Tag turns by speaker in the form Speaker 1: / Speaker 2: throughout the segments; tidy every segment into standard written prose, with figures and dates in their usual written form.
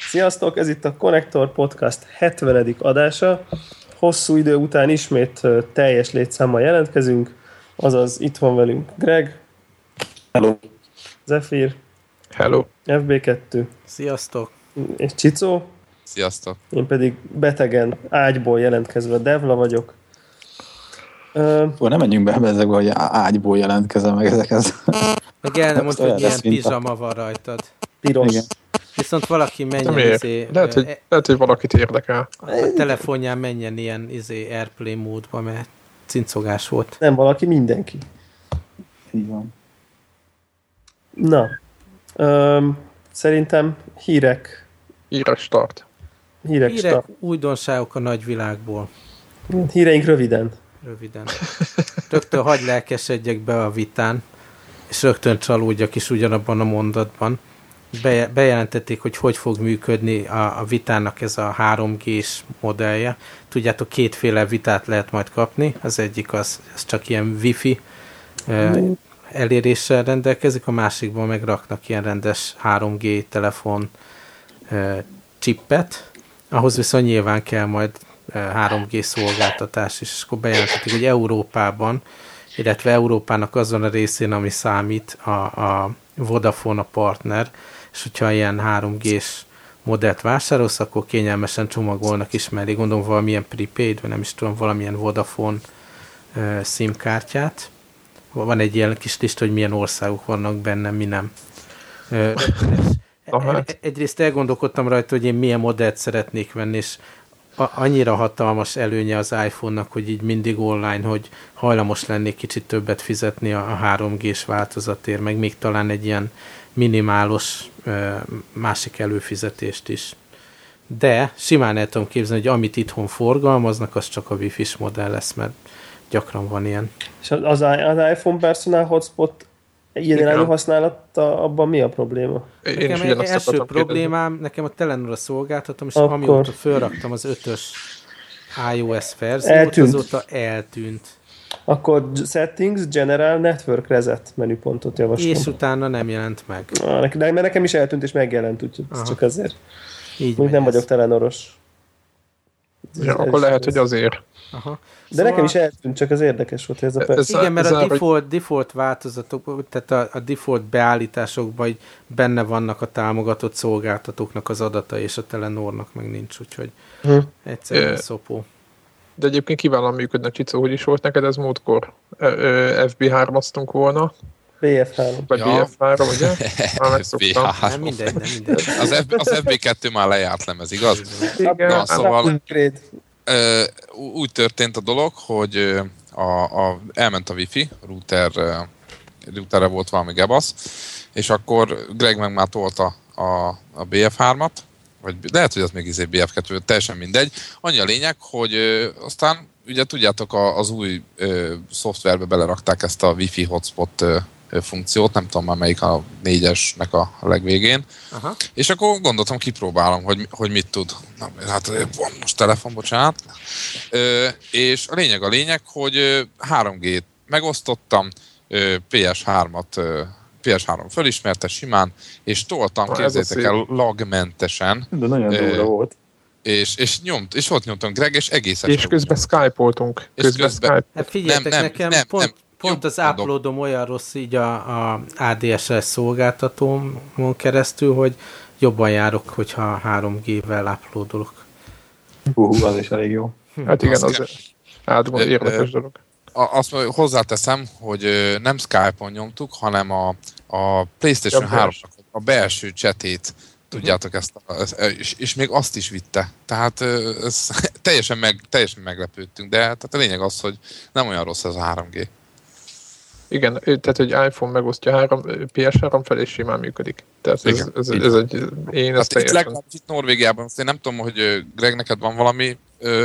Speaker 1: Sziasztok, ez itt a Konnektor Podcast 70. adása. Hosszú idő után ismét teljes létszámmal jelentkezünk, azaz itt van velünk Greg.
Speaker 2: Hello.
Speaker 1: Zephyr.
Speaker 3: Hello.
Speaker 1: FB2.
Speaker 4: Sziasztok.
Speaker 1: És Csicó.
Speaker 2: Sziasztok.
Speaker 1: Én pedig betegen ágyból jelentkezve Devla vagyok.
Speaker 2: Nem menjünk be ezekbe, hogy ágyból jelentkezem meg ezekhez.
Speaker 4: Meg el nem mondta, hogy milyen pizsama van rajtad.
Speaker 1: Piros.
Speaker 2: Igen.
Speaker 4: Viszont valaki menjen
Speaker 3: lehet, hogy valakit érdekel.
Speaker 4: a telefonján menjen ilyen Airplay módba, mert cincogás volt.
Speaker 1: Nem valaki, mindenki.
Speaker 2: Így van.
Speaker 1: Na. Szerintem hírek
Speaker 3: Start.
Speaker 4: Hírek, újdonságok a nagyvilágból.
Speaker 1: Híreink röviden.
Speaker 4: Rögtön hagy lelkesedjek be a vitán, és rögtön csalódjak is ugyanabban a mondatban. Bejelentették, hogy fog működni a vitának ez a 3G-s modellje. Tudjátok, kétféle vitát lehet majd kapni. Az egyik az csak ilyen Wi-Fi eléréssel rendelkezik, a másikban meg raknak ilyen rendes 3G telefon chippet. Ahhoz viszont nyilván kell majd 3G szolgáltatás is, és akkor bejelentették, hogy Európában, illetve Európának azon a részén, ami számít, a Vodafone a partner, és hogyha ilyen 3G-s modellt vásárolsz, akkor kényelmesen csomagolnak is mellé, gondolom valamilyen prepaid, vagy nem is tudom, valamilyen Vodafone SIM kártyát. Van egy ilyen kis lista, hogy milyen országok vannak benne, mi nem. Egyrészt elgondolkodtam rajta, hogy én milyen modellt szeretnék venni, és annyira hatalmas előnye az iPhone-nak, hogy így mindig online, hogy hajlamos lennék kicsit többet fizetni a 3G-s változatért, meg még talán egy ilyen minimálos másik előfizetést is. De simán el tudom képzelni, hogy amit itthon forgalmaznak, az csak a Wi-Fi-s modell lesz, mert gyakran van ilyen.
Speaker 1: És az iPhone Personal Hotspot ilyen irányú használata, abban mi a probléma?
Speaker 4: Nekem első problémám, nekem a Telenor a szolgáltatom, és amióta fölraktam az 5-ös iOS verziót, azóta eltűnt.
Speaker 1: Akkor Settings, General, Network Reset menüpontot javaslom.
Speaker 4: És utána nem jelent meg.
Speaker 1: Mert nekem is eltűnt, és megjelent, úgyhogy csak azért.
Speaker 4: Így
Speaker 1: nem vagyok Telenoros.
Speaker 4: Ja,
Speaker 3: akkor lehet, hogy azért.
Speaker 4: Aha.
Speaker 1: De szóval nekem is eltűnt, csak az érdekes volt, hogy ez a perc.
Speaker 4: Igen, mert a default változatok, tehát a default beállításokban benne vannak a támogatott szolgáltatóknak az adatai, és a Telenornak meg nincs, úgyhogy egyszerűen szopó.
Speaker 3: De egyébként kiválóan működne, Csicó, hogy is volt neked ez múltkor? FB3-aztunk volna.
Speaker 1: BF3.
Speaker 3: Vagy BF3, ugye?
Speaker 2: FB3.
Speaker 4: Nem mindegy.
Speaker 2: Az FB2 már lejárt lemez, igaz?
Speaker 3: Igen.
Speaker 2: Na, szóval úgy történt a dolog, hogy elment a Wi-Fi, routerre volt valami gebasz, és akkor Greg meg már tolta a BF3-at, vagy lehet, hogy az még BF2, teljesen mindegy. Annyi a lényeg, hogy aztán ugye tudjátok, az új szoftverbe belerakták ezt a Wi-Fi hotspot funkciót, nem tudom már melyik a 4-esnek a legvégén. Aha. És akkor gondoltam, kipróbálom, hogy mit tud. Na, hát van most telefon, bocsánat. És a lényeg, hogy 3G-t megosztottam, PS3 fölismerte simán, és toltam, képzeljétek el, lagmentesen. De nagyon durva volt.
Speaker 1: És
Speaker 2: ott nyomtam Greg, és egészen.
Speaker 3: És közben Skype-oltunk.
Speaker 4: Hát figyeljetek, nekem pont az uploadom olyan rossz így a ADSL szolgáltatómon keresztül, hogy jobban járok, hogyha 3G-vel uploadolok.
Speaker 2: Az is elég jó.
Speaker 3: Hát igen, az érdekes dolog.
Speaker 2: Azt hozzáteszem, hogy nem Skype-on nyomtuk, hanem a PlayStation 3-nak a belső chatét, tudjátok ezt, és még azt is vitte. Tehát teljesen meglepődtünk, de tehát a lényeg az, hogy nem olyan rossz ez a 3G.
Speaker 3: Igen, tehát hogy iPhone megosztja PS3 felé simán működik. Tehát ez egy
Speaker 2: legalábbis itt Norvégiában, azt én nem tudom, hogy Greg, neked van valami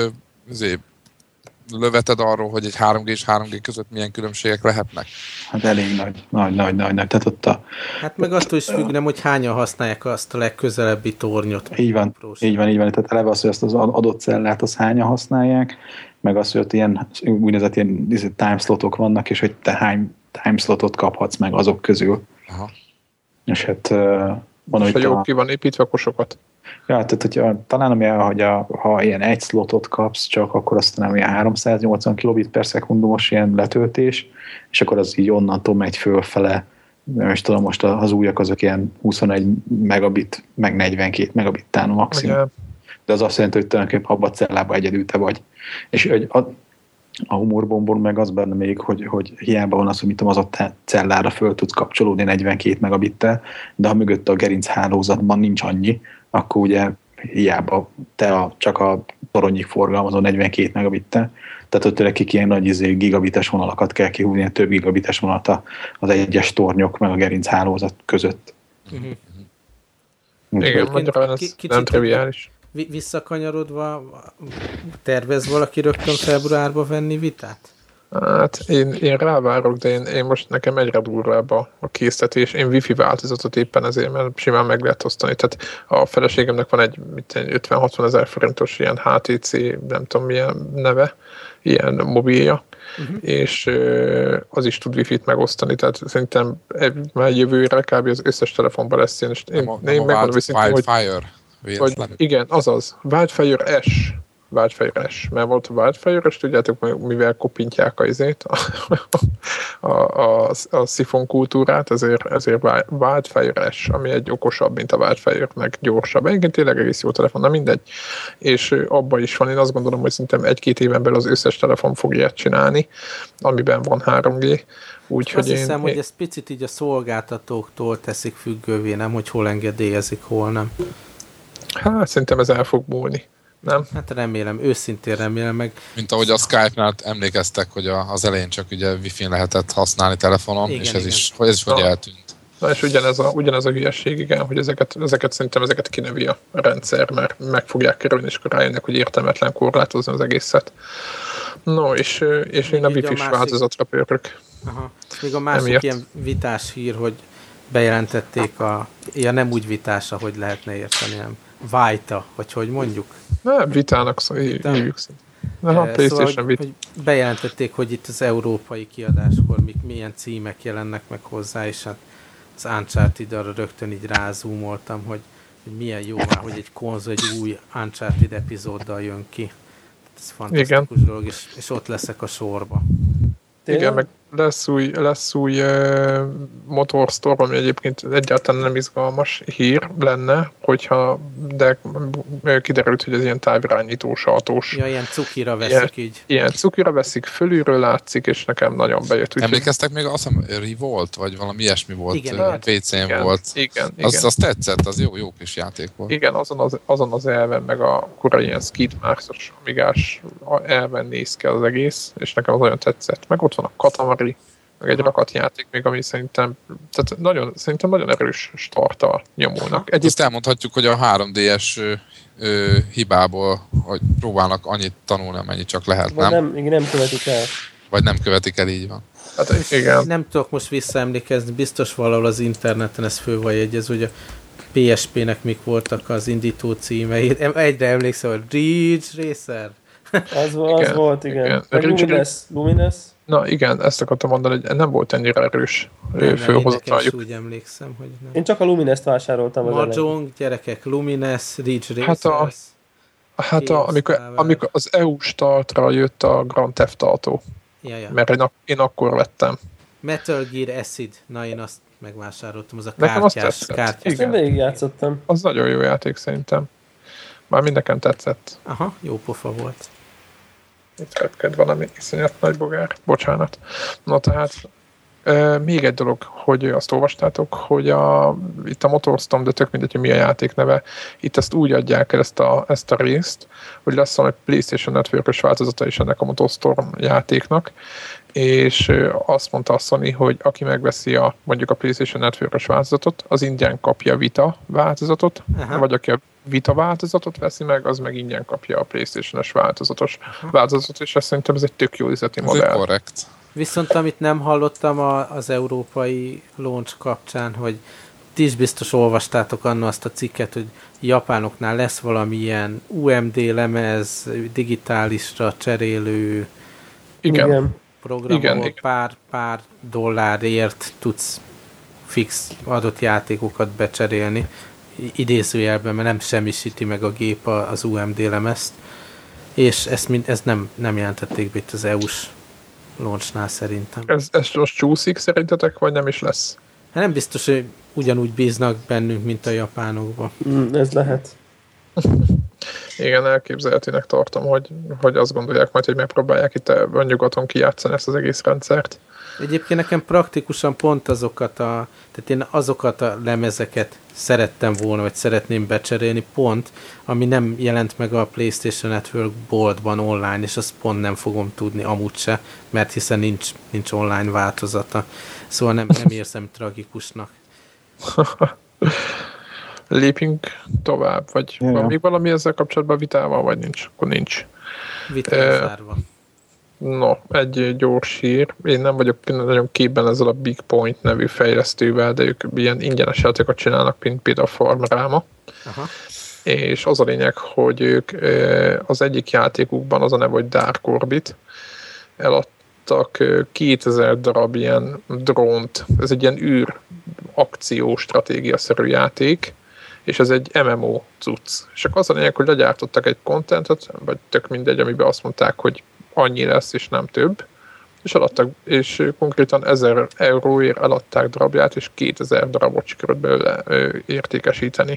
Speaker 2: löveted arról, hogy egy 3G és 3G között milyen különbségek lehetnek?
Speaker 5: Hát elég nagy. Tehát ott
Speaker 4: Hát meg attól is függ, nem, hogy hányan használják azt a legközelebbi tornyot.
Speaker 5: Így van. Tehát eleve az, hogy azt az adott cellát az hányan használják, meg az, hogy ott ilyen úgynevezett ilyen timeslotok vannak, és hogy te hány timeslotot kaphatsz meg azok közül.
Speaker 2: Aha.
Speaker 5: És hát
Speaker 3: mondom, hogy jó ki van építve, akkor sokat.
Speaker 5: Ja, tehát hogyha, talán ami, ha ilyen egy slotot kapsz csak, akkor aztán ilyen 380 kilobit per szekundumos ilyen letöltés, és akkor az így onnantól megy fölfele, nem is tudom, most az újak azok ilyen 21 megabit, meg 42 megabit tán maximum. Okay. De az azt jelenti, hogy tulajdonképpen abban a cellában egyedül te vagy. És a humorbombon meg az benne még, hogy hiába van az, hogy mit tudom, az a cellára föl tudsz kapcsolódni 42 megabittel, de ha mögött a gerinc hálózatban nincs annyi, akkor ugye hiába te csak a toronyig forgalmazó 42 megabittel, tehát ott tényleg ilyen nagy gigabites vonalakat kell kihúzni, több gigabites vonalat az egyes tornyok meg a gerinc hálózat között.
Speaker 3: Uh-huh. Igen, magyarán ez nem triviális.
Speaker 4: Visszakanyarodva, tervez valaki rögtön februárba venni Vitát?
Speaker 3: Hát én rávárok, de én most nekem egyre durvább a késztetés. Én wifi változatot éppen ezért, mert simán meg lehet osztani. Tehát a feleségemnek van egy 50-60 ezer forintos ilyen HTC, nem tudom milyen neve, ilyen mobilja, és az is tud wifi-t megosztani, tehát szerintem már jövőre kb. Az összes telefonban lesz ilyen. Én megmondom viszont, hogy igen, azaz, Wildfire S, mert volt a Wildfire, és tudjátok, mivel kopintják a szifon kultúrát, ezért Wildfire S, ami egy okosabb, mint a Wildfire, meg gyorsabb. Egyébként tényleg egész jó telefon, na mindegy. És abban is van, én azt gondolom, hogy szerintem 1-2 éven belül az összes telefon fog ilyet csinálni, amiben van 3G.
Speaker 4: Azt hiszem, hogy ez picit így a szolgáltatóktól teszik függővé, nem, hogy hol engedélyezik, hol nem.
Speaker 3: Hát szerintem ez el fog múlni. Nem?
Speaker 4: Hát remélem, őszintén remélem meg.
Speaker 2: Mint ahogy a Skype-nál emlékeztek, hogy az elején csak ugye Wi-Fi-n lehetett használni telefonon, igen, és ez is hogy eltűnt.
Speaker 3: Na és ugyanez a hülyesség, igen, hogy ezeket szerintem kinövi a rendszer, mert meg fogják kerülni, és akkor rájönnek, hogy értelmetlen korlátozni az egészet. No, és én a Wi-Fi-s változatra pörök.
Speaker 4: Aha. Még a másik ilyen vitás hír, hogy bejelentették nem úgy vitás, ahogy lehetne érteni, nem. Vita, vagy hogy mondjuk?
Speaker 3: Nem, Vitának hívjuk szintén.
Speaker 4: Szóval, hogy bejelentették, hogy itt az európai kiadáskor milyen címek jelennek meg hozzá, és hát az Uncharted arra rögtön így rázúmoltam, hogy milyen jó már, hogy egy konzol egy új Uncharted epizóddal jön ki. Ez fantasztikus dolog, és ott leszek a sorba.
Speaker 3: Igen, meg lesz új Motorstore, ami egyébként egyáltalán nem izgalmas hír lenne, de kiderült, hogy ez ilyen távirányítós autós.
Speaker 4: Ja, ilyen cukira veszik így.
Speaker 3: Ilyen cukira veszik, fölülről látszik, és nekem nagyon bejött.
Speaker 2: Emlékeztek még, azt hiszem Revolt, vagy valami ilyesmi volt, PC-n volt.
Speaker 3: Igen.
Speaker 2: Az tetszett, az jó kis játék volt.
Speaker 3: Igen, azon az elven, meg a korai ilyen Skid Marks-os amigás elven néz ki az egész, és nekem az nagyon tetszett. Meg ott van a Katamari, meg egy rakatjáték még, ami szerintem nagyon erős starttal nyomulnak.
Speaker 2: Azt elmondhatjuk, hogy a 3D-es hibából, hogy próbálnak annyit tanulni, amennyi csak lehet, nem?
Speaker 1: Nem követik el.
Speaker 2: Vagy nem követik el, így van.
Speaker 3: Hát igen.
Speaker 4: Nem tudok most visszaemlékezni, biztos valahol az interneten ez fő van jegyez, hogy a PSP-nek mik voltak az indító címei. Egyre emlékszem, hogy Ridge Racer.
Speaker 1: Az volt, igen. Lumines.
Speaker 3: Na igen, ezt akartam mondani, hogy nem volt ennyire erős fölhozatáljuk.
Speaker 4: Én úgy emlékszem, hogy nem.
Speaker 1: Én csak a Lumines-t vásároltam az
Speaker 4: Mahjong, gyerekek, Lumines, Ridge Racers.
Speaker 3: Amikor az EU startra jött a Grand Theft Auto.
Speaker 4: Ja.
Speaker 3: Mert én akkor vettem.
Speaker 4: Metal Gear Acid, na én azt megvásároltam, az a
Speaker 3: kártyás.
Speaker 1: Azt én végigjátszottam.
Speaker 3: Az nagyon jó játék szerintem. Már mindenken tetszett.
Speaker 4: Aha, jó pofa volt.
Speaker 3: Itt repked valami iszonyat nagy bogár. Bocsánat. Na tehát még egy dolog, hogy azt olvastátok, hogy itt a Motorstorm, de tök mindegy, hogy mi a játék neve, itt ezt úgy adják el ezt a részt, hogy lesz valami PlayStation Network-ös változata is ennek a Motorstorm játéknak, és azt mondta a Sony, hogy aki megveszi mondjuk a PlayStation Network-ös változatot, az ingyen kapja Vita változatot, vagy aki a Vita változatot veszi meg, az meg ingyen kapja a PlayStation-es változatot, és azt szerintem ez egy tök jó üzleti modell.
Speaker 2: Ez korrekt.
Speaker 4: Viszont amit nem hallottam az európai launch kapcsán, hogy ti is biztos olvastátok anna azt a cikket, hogy japánoknál lesz valamilyen UMD lemez, digitálisra cserélő program, ahol pár dollárért tudsz fix adott játékokat becserélni. idézőjelben, mert nem semmisíti meg a gép az UMD lemezt, és ezt nem jelentették be itt az EU-s launchnál szerintem.
Speaker 3: Ez most csúszik szerintetek, vagy nem is lesz?
Speaker 4: Hát nem biztos, hogy ugyanúgy bíznak bennünk, mint a japánokban.
Speaker 1: Ez lehet.
Speaker 3: Igen, elképzelhetőnek tartom, hogy azt gondolják majd, hogy megpróbálják itt a nyugaton kijátszani ezt az egész rendszert.
Speaker 4: Egyébként nekem praktikusan pont tehát én azokat a lemezeket szerettem volna, vagy szeretném becserélni pont, ami nem jelent meg a PlayStation Network boltban online, és azt pont nem fogom tudni amúgy se, mert hiszen nincs online változata. Szóval nem érzem tragikusnak.
Speaker 3: Lépjünk tovább, vagy van még valami ezzel kapcsolatban vitával, vagy nincs? Akkor nincs.
Speaker 4: Vitázárva.
Speaker 3: No, egy gyors hír. Én nem vagyok nagyon képben ezzel a Big Point nevű fejlesztővel, de ők ilyen ingyenes játékokat csinálnak, mint például a Farmráma. Aha. És az a lényeg, hogy ők az egyik játékukban, az a neve, hogy Dark Orbit, eladtak 2000 darab ilyen drónt. Ez egy ilyen űr akció stratégiaszerű játék, és ez egy MMO cucc. És akkor az a lényeg, hogy legyártottak egy contentet, vagy tök mindegy, amiben azt mondták, hogy annyi lesz, és nem több, és eladtak, és konkrétan 1000 euróért eladták darabját, és 2000 darabot sikerült belőle értékesíteni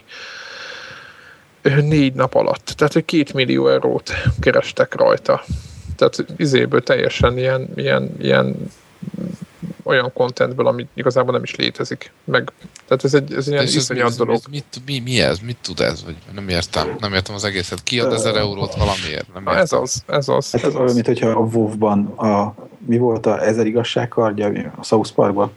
Speaker 3: 4 nap alatt. Tehát, hogy 2 millió eurót kerestek rajta. Tehát izéből teljesen ilyen olyan contentből, ami igazából nem is létezik. Tehát ez ilyen iszonyat dolog.
Speaker 2: Mi ez? Mit tud ez? Vagy nem értem az egészet. Ki ad 1000 eurót valamiért? Nem
Speaker 3: ez az.
Speaker 5: Hát olyan, mint hogyha a WoW-ban mi volt a 1000 igazságkardja a South Parkban?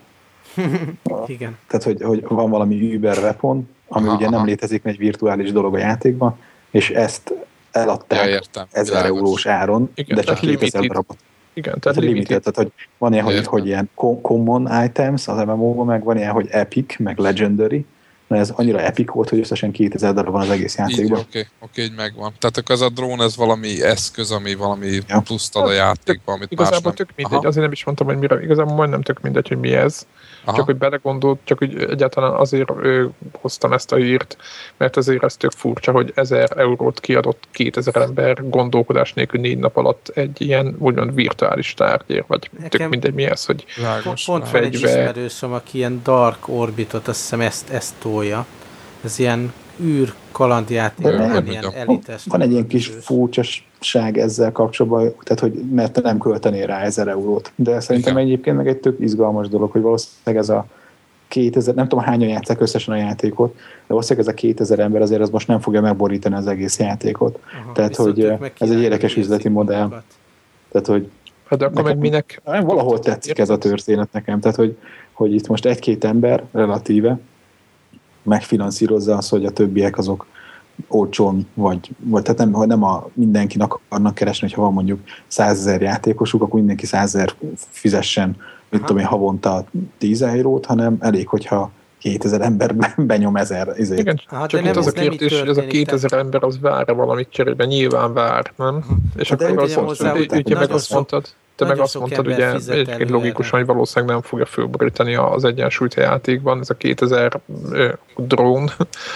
Speaker 4: Igen.
Speaker 5: Tehát, hogy van valami Uber weapon, ami ugye nem létezik, egy virtuális dolog a játékban, és ezt eladták 1000 eurós áron,
Speaker 3: igen,
Speaker 5: de csak 2000 darabot.
Speaker 3: Igen,
Speaker 5: tehát limited, tehát hogy van ilyen, hogy ilyen common items az MMO-ban, meg van ilyen, hogy epic, meg legendary, mert ez annyira epic volt, hogy összesen 2000 darab van az egész játékban.
Speaker 2: Oké, így megvan. Tehát akkor ez a drón, ez valami eszköz, ami valami pluszt ad a játékba, amit
Speaker 3: igazából
Speaker 2: más
Speaker 3: tök mindegy, azért nem is mondtam, hogy mire, igazából majdnem tök mindegy, hogy mi ez. Aha. Csak hogy belegondolt, csak hogy egyáltalán azért hoztam ezt a hírt, mert azért ez tök furcsa, hogy 1000 eurót kiadott 2000 ember gondolkodás nélkül 4 nap alatt egy ilyen úgymond virtuális tárgyért, vagy tök mindegy mi ez, hogy
Speaker 4: pont van egy ismerősöm, aki ilyen Dark Orbitot, azt hiszem ezt tolja. Ez ilyen űr kalandjáték, ilyen elites.
Speaker 5: Van egy ilyen kis furcsaság ezzel kapcsolatban, tehát, hogy mert nem költenél rá 1000 eurót. De szerintem egyébként meg egy tök izgalmas dolog, hogy valószínűleg ez a 2000, nem tudom hányan játszák összesen a játékot, de valószínűleg ez a 2000 ember azért az most nem fogja megborítani az egész játékot. Aha, tehát, hogy ez egy érdekes üzleti modell. Tehát, hogy
Speaker 3: hát akkor meg minek?
Speaker 5: Valahol tetszik ez a történet nekem. Tehát, hogy itt most egy-két ember relatíve megfinanszírozza azt, hogy a többiek azok olcsón, vagy tehát nem mindenkinek akarnak keresni, hogyha van mondjuk 100 000 játékosuk, akkor mindenki 100 000 fizessen, mit tudom én, havonta 10 eurót, hanem elég, hogyha 2000 ember benyom 1000.
Speaker 3: Igen, csak itt az a kérdés, hogy ez a 2000 ember az vár valamit cserébe, nyilván vár, nem? És akkor azt mondtad, te meg azt mondtad, ugye egyébként logikusan, hogy valószínűleg nem fogja fölborítani az egyensúlyt a játékban, ez a 2000 drón,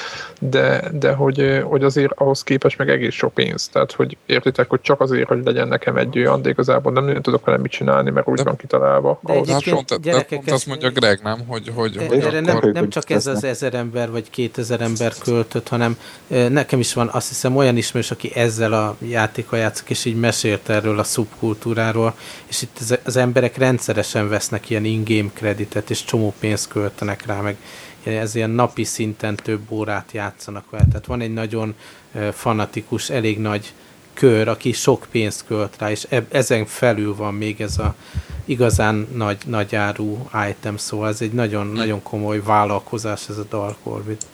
Speaker 3: de hogy azért ahhoz képest meg egész sok pénz. Tehát, hogy értitek, hogy csak azért, hogy legyen nekem egy olyan, de igazából nem nagyon tudok vele mit csinálni, mert úgy van kitalálva.
Speaker 4: De egyébként
Speaker 2: gyerekek... azt mondja Greg, nem? Hogy
Speaker 4: nem csak ez az 1000 ember vagy 2000 ember költött, hanem nekem is van, azt hiszem, olyan ismerős, aki ezzel a játékkal játszik, és így mesélt erről a szubkultúráról, és itt az emberek rendszeresen vesznek ilyen in-game kreditet, és csomó pénzt költenek rá, meg ez ilyen napi szinten több órát játszanak vele. Tehát van egy nagyon fanatikus, elég nagy kör, aki sok pénzt költ rá, és ezen felül van még ez a igazán nagy áru item, szóval ez egy nagyon, nagyon komoly vállalkozás, ez a Dark Orbit.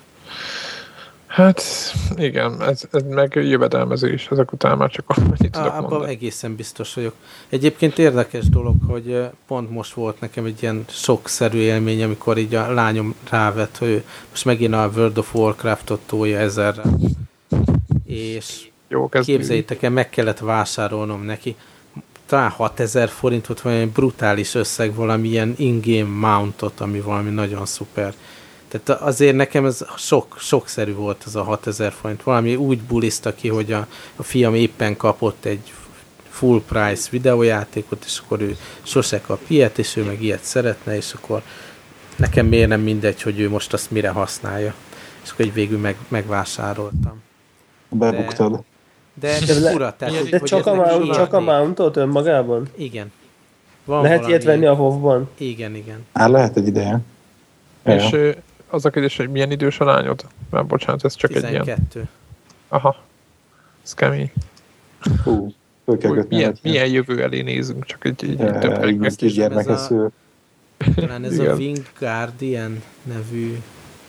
Speaker 3: Hát igen, ez meg jövedelmezés, ezek után már csak annyit tudok mondani.
Speaker 4: Abban egészen biztos vagyok. Egyébként érdekes dolog, hogy pont most volt nekem egy ilyen sokszerű élmény, amikor így a lányom rávett, hogy most megint a World of Warcraftot tolja 1000-re. És képzeljétek el, meg kellett vásárolnom neki. Talán 6000 forint volt valami brutális összeg, valamilyen in-game mountot, ami valami nagyon szuper. Tehát azért nekem ez sokszerű volt az a 6000 forint. Valami úgy buliszta ki, hogy a fiam éppen kapott egy full price videójátékot, és akkor ő sose kap ilyet, és ő meg ilyet szeretne, és akkor nekem miért nem mindegy, hogy ő most azt mire használja. És akkor így végül megvásároltam.
Speaker 5: Bebuktad.
Speaker 4: De fura, tehát,
Speaker 1: de csak a mountot önmagában?
Speaker 4: Igen.
Speaker 1: Lehet ilyet venni a WoW-ban?
Speaker 4: Igen.
Speaker 5: Lehet egy ideje.
Speaker 3: És az a kérdés, hogy milyen idős a lányod? Már bocsánat, ez csak
Speaker 4: 12.
Speaker 3: egy ilyen... Aha. Ez kemény.
Speaker 5: Hú,
Speaker 3: milyen jövő elé nézünk, csak egy több
Speaker 5: kisgyermekes szül.
Speaker 4: Talán ez a Winged Guardian nevű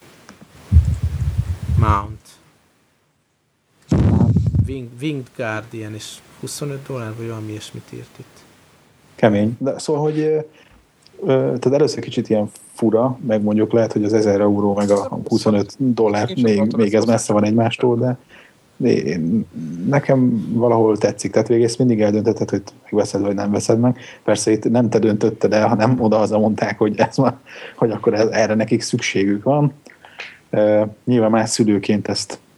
Speaker 4: mount. Winged Guardian, és $25 vagy valami ilyesmit írt itt.
Speaker 5: Kemény. De szóval, hogy tehát először kicsit ilyen fura, meg mondjuk lehet, hogy az 1000 euró meg a $25 még ez messze van egymástól, de nekem valahol tetszik. Tehát végész mindig eldöntötted, hogy megveszed vagy nem veszed meg. Persze itt nem te döntötted el, hanem oda-haza mondták, hogy hogy akkor erre nekik szükségük van. Nyilván más szülőként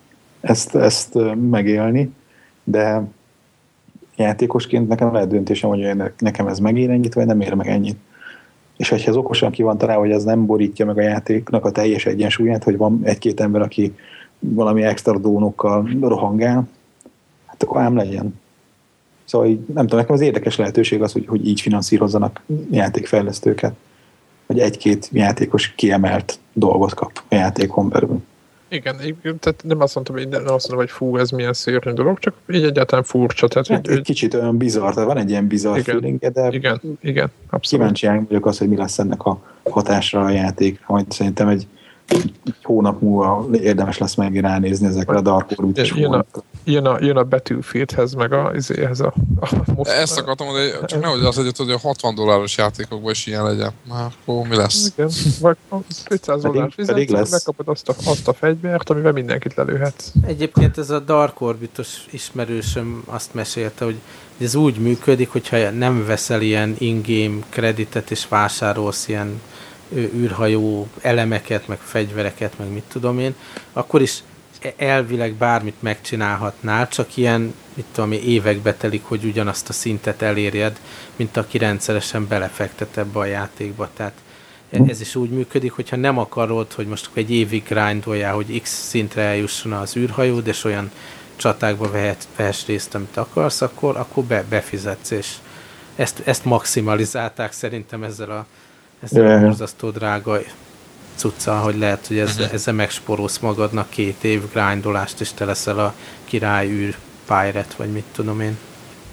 Speaker 5: ezt megélni, de játékosként nekem lehet döntésem, hogy nekem ez megér ennyit, vagy nem ér meg ennyit. És hogyha ez okosan ki van találva, hogy ez nem borítja meg a játéknak a teljes egyensúlyát, hogy van egy-két ember, aki valami extra dónokkal rohangál, hát akkor ám legyen. Szóval így, nem tudom, nekem az érdekes lehetőség az, hogy így finanszírozzanak játékfejlesztőket, hogy egy-két játékos kiemelt dolgot kap a játékon belül.
Speaker 3: Igen, tehát nem azt mondtam, hogy fú, ez milyen szörnyű dolog, csak így egyáltalán furcsa. Tehát,
Speaker 5: hát egy kicsit olyan bizarr, tehát van egy ilyen bizarr feeling, de
Speaker 3: igen, abszolút.
Speaker 5: Kíváncsian vagyok az, hogy mi lesz ennek a hatásra a játékra. Majd szerintem egy hónap múlva érdemes lesz meg ránézni ezekre a Dark Orbit-es
Speaker 3: jön a Battlefieldhez, meg ezéhez a
Speaker 2: ezt akartam mondani, csak nehogy az egyet, hogy a $60 játékokban is ilyen legyen. Már akkor mi lesz?
Speaker 3: Igen, vagy $500 fizetsz, megkapod azt a fegyvert, amivel mindenkit lelőhetsz.
Speaker 4: Egyébként ez a Dark Orbitos ismerősöm azt mesélte, hogy ez úgy működik, hogyha nem veszel ilyen in-game kreditet és vásárolsz ilyen űrhajó elemeket, meg fegyvereket, meg mit tudom én, akkor is elvileg bármit megcsinálhatnál, csak ilyen, mit tudom én, évekbe telik, hogy ugyanazt a szintet elérjed, mint aki rendszeresen belefektet ebbe a játékba. Tehát ez is úgy működik, hogyha nem akarod, hogy most egy évig grindoljál, hogy X szintre eljusson az űrhajód, és olyan csatákba vehess részt, amit akarsz, akkor befizetsz, és ezt maximalizálták szerintem ezzel a borzasztó drága cuccal, hogy lehet, hogy ezzel megsporolsz magadnak 2 év grindolást, és te leszel a király űr pirate, vagy mit tudom én.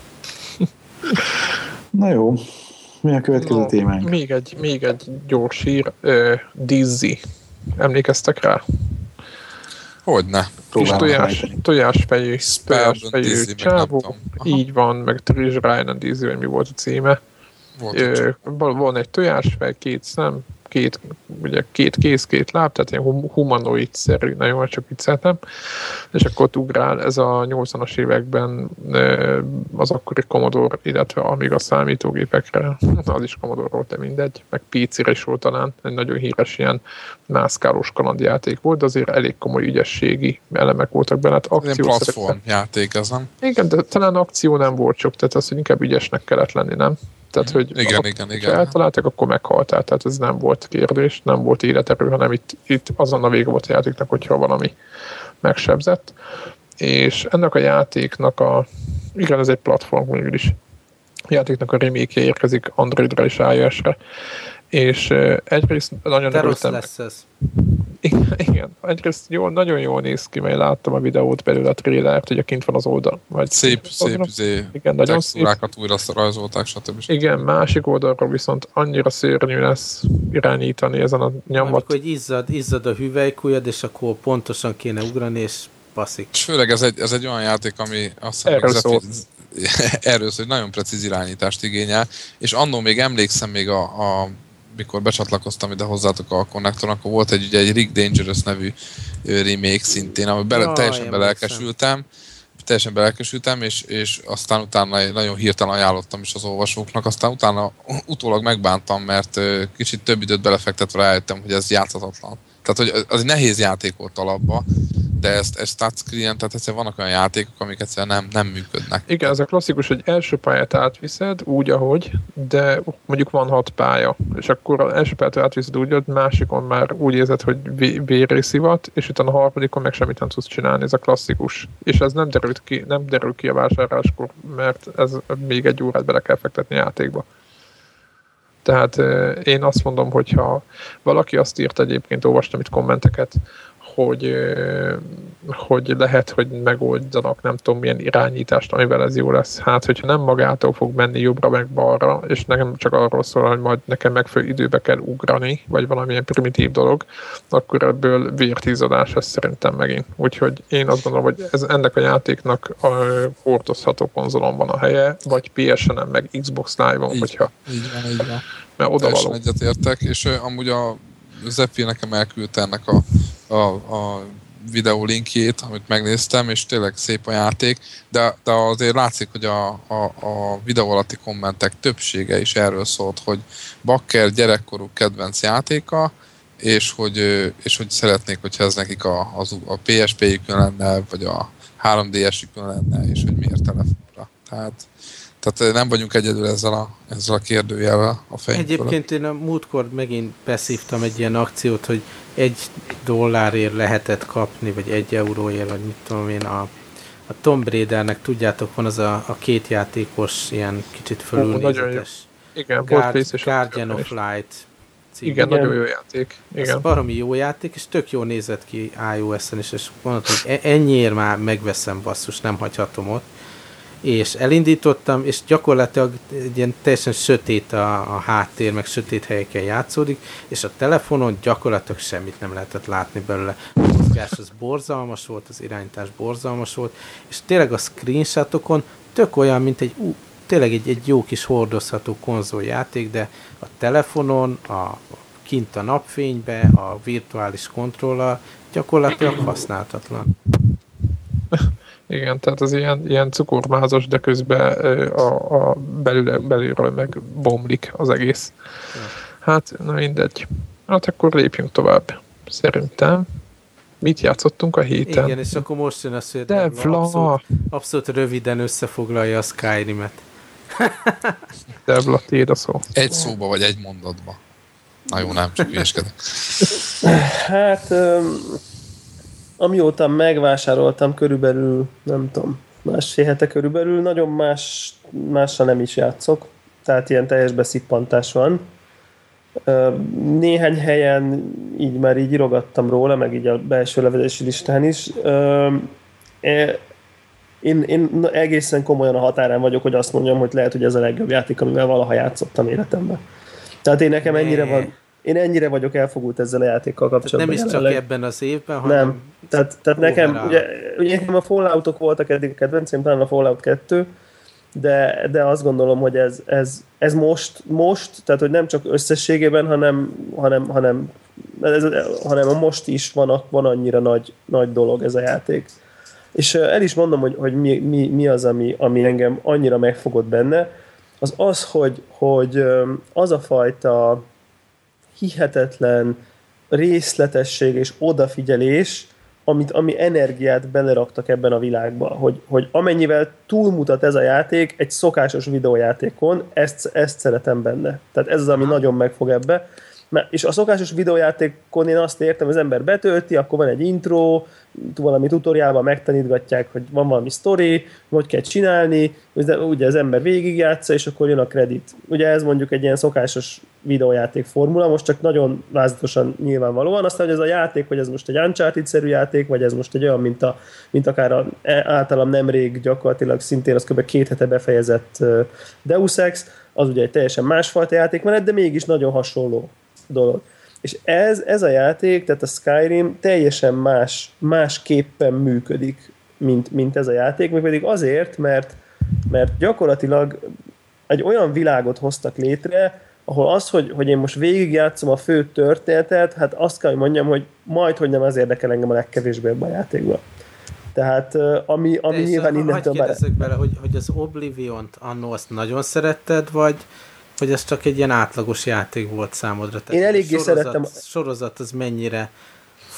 Speaker 5: Na jó, mi a következő témánk?
Speaker 3: Még egy gyors hír, Dizzy. Emlékeztek rá?
Speaker 2: Hogyne.
Speaker 3: Kis tojásfejű csávó. Így van, meg Trish Ryan Dizzy, vagy mi volt a címe. Van egy tojásfej, 2 szem, két kéz, 2 láb, tehát ilyen humanoid-szerű, nagyon csak vicceltem, és akkor ugrál, ez a 80-as években az akkori Commodore, illetve amíg a számítógépekre, az is Commodore volt, de mindegy, meg PC-re is volt talán, egy nagyon híres ilyen NASCAR-os kalandjáték volt, de azért elég komoly ügyességi elemek voltak benne.
Speaker 2: Ilyen platformjáték ez, nem?
Speaker 3: Igen, de talán akció nem volt sok, tehát az, hogy inkább ügyesnek kellett lenni, nem? Tehát, hogy
Speaker 2: igen.
Speaker 3: eltalálták, akkor meghaltál, tehát ez nem volt kérdés, nem volt életerő, hanem itt azon a vége volt a játéknak, hogyha valami megsebzett. És ennek a játéknak igen, ez egy platform mégis, a játéknak a remake-je érkezik Androidra és iOS-re, és egyrészt nagyon örültem.
Speaker 4: lesz ez.
Speaker 3: Igen, egyrészt nagyon jól néz ki, mert láttam a videót belőle, a trailert, ugye kint van az oldal.
Speaker 2: Szép
Speaker 3: igen, nagyon szép.
Speaker 2: Újra rajzolták, stb.
Speaker 3: Igen, másik oldalról viszont annyira szörnyű lesz irányítani ezen a nyomat.
Speaker 4: Amikor izzad a hüvelykujjad, és akkor pontosan kéne ugrani, és passzik.
Speaker 2: És főleg ez egy olyan játék, ami azt erről szól, hogy nagyon precíz irányítást igényel, és annól még emlékszem még mikor becsatlakoztam ide hozzátok a konnektoron, akkor volt egy Rick Dangerous nevű remake szintén, amiben teljesen belelkesültem, és aztán utána nagyon hirtelen ajánlottam is az olvasóknak, aztán utána utólag megbántam, mert kicsit több időt belefektetve rájöttem, hogy ez játszhatatlan. Tehát, hogy az egy nehéz játék volt alapba, de ezt touchscreen-en, tehát egyszerűen vannak olyan játékok, amik egyszerűen nem működnek.
Speaker 3: Igen, ez a klasszikus, hogy első pályát átviszed úgy, ahogy, de mondjuk van 6 pálya, és akkor az első pályát átviszed úgy, hogy másikon már úgy érzed, hogy vérrészivat, és utána a harmadikon meg semmit nem tudsz csinálni, ez a klasszikus. És ez nem derül ki a vásárláskor, mert ez még egy órát bele kell fektetni a játékba. Tehát én azt mondom, hogyha valaki azt írt, egyébként olvastam itt kommenteket, hogy lehet, hogy megoldanak nem tudom milyen irányítást, amivel ez jó lesz. Hát, hogyha nem magától fog menni jobbra meg balra, és nekem csak arról szól, hogy majd nekem megfelelő időbe kell ugrani, vagy valamilyen primitív dolog, akkor ebből vértízadás ez szerintem megint. Úgyhogy én azt gondolom, hogy ennek a játéknak a hordozható konzolon van a helye, vagy PSN-en, meg Xbox Live-on, hogyha...
Speaker 2: Így van.
Speaker 3: Mert oda való.
Speaker 2: Egyetértek, és amúgy a Zeppi nekem elküldte ennek a videó linkjét, amit megnéztem, és tényleg szép a játék, de azért látszik, hogy a videó alatti kommentek többsége is erről szólt, hogy Bakker gyerekkorú kedvenc játéka, és hogy szeretnék, hogyha ez nekik a PSP-jükön lenne, vagy a 3DS-jükön lenne, és hogy miért telefonra. Tehát nem vagyunk egyedül ezzel a kérdőjellel a fejünkről.
Speaker 4: Egyébként én a múltkor megint beszívtam egy ilyen akciót, hogy $1 lehetett kapni, vagy 1 euróért, vagy mit tudom én, a Tomb Raidernek, tudjátok, van az a 2 játékos, ilyen kicsit fölülnézetes.
Speaker 3: Igen,
Speaker 4: Guardian of Light cím.
Speaker 3: Igen, nagyon jó játék. Igen.
Speaker 4: Ez baromi jó játék, és tök jól nézett ki iOS-en is, és mondtam, hogy ennyiért már megveszem, basszus, nem hagyhatom ott. És elindítottam, és gyakorlatilag egy ilyen teljesen sötét a háttér, meg sötét helyeken játszódik, és a telefonon gyakorlatilag semmit nem lehetett látni belőle. A mozgás az borzalmas volt, az irányítás borzalmas volt, és tényleg a screenshotokon tök olyan, mint tényleg egy jó kis hordozható konzoljáték, de a telefonon, kint a napfénybe, a virtuális kontroller gyakorlatilag használhatatlan.
Speaker 3: Igen, tehát az ilyen cukormázas, de közben a belülről meg bomlik az egész. Ja. Hát, na mindegy. Hát akkor lépjünk tovább. Szerintem. Mit játszottunk a héten?
Speaker 4: Igen, és akkor most jön az, hogy abszolút röviden összefoglalja a Skyrim-et.
Speaker 3: Devla, tiéd a szó.
Speaker 2: Egy szóba vagy egy mondatba. Na jó, nem, csak hülyeskedek.
Speaker 1: Hát... amióta megvásároltam körülbelül, nem tudom, másfél hete körülbelül, nagyon mással nem is játszok, tehát ilyen teljes beszippantás van. Néhány helyen így már így írogattam róla, meg így a belső levelési listán is. Én egészen komolyan a határán vagyok, hogy azt mondjam, hogy lehet, hogy ez a legjobb játék, amivel valaha játszottam életemben. Tehát én ennyire vagyok elfogult ezzel a játékkal kapcsolatban.
Speaker 4: Nem is csak ebben az évben, hanem...
Speaker 1: Nem. Tehát nekem, ugye a Falloutok voltak eddig a kedvencém, talán a Fallout 2, de azt gondolom, hogy ez most, tehát hogy nem csak összességében, hanem most is van annyira nagy dolog ez a játék. És el is mondom, hogy mi az, ami engem annyira megfogott benne, hogy az a fajta hihetetlen részletesség és odafigyelés, ami energiát beleraktak ebben a világba, hogy amennyivel túlmutat ez a játék egy szokásos videójátékon, ezt szeretem benne. Tehát ez az, ami nagyon megfog ebbe. És a szokásos videójátékon én azt értem, az ember betölti, akkor van egy intro, valami tutoriálban megtanítgatják, hogy van valami sztori, hogy kell csinálni, ugye az ember végigjátsza, és akkor jön a kredit. Ugye ez mondjuk egy ilyen szokásos videójáték formula, most csak nagyon vázlatosan nyilvánvalóan. Aztán, hogy ez a játék, hogy ez most egy Uncharted-szerű játék, vagy ez most egy olyan, mint akár általam nemrég gyakorlatilag szintén az kb. 2 hete befejezett Deus Ex, az ugye egy teljesen másfajta játékmenet, de mégis nagyon hasonló dolog. És ez a játék, tehát a Skyrim teljesen másképpen működik, mint ez a játék, még pedig azért, mert gyakorlatilag egy olyan világot hoztak létre, ahol az, hogy én most végigjátszom a fő történetet, hát azt kell, hogy mondjam, hogy majdhogy nem az érdekel engem a legkevésbé ebben a játékban. Tehát ami nyilván innentől
Speaker 4: már... Hadd bele, hogy az Oblivion-t annó azt nagyon szeretted, vagy hogy ez csak egy ilyen átlagos játék volt számodra?
Speaker 1: Én eléggé szerettem.
Speaker 4: Sorozat az mennyire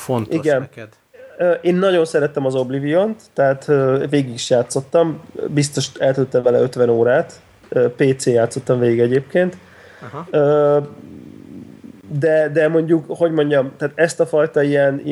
Speaker 4: fontos
Speaker 1: igen.
Speaker 4: neked?
Speaker 1: Én nagyon szerettem az Oblivion-t, tehát végig is játszottam, biztos eltöltöttem vele 50 órát, PC játszottam végig egyébként.
Speaker 4: Aha.
Speaker 1: De mondjuk, hogy mondjam, tehát ezt a fajta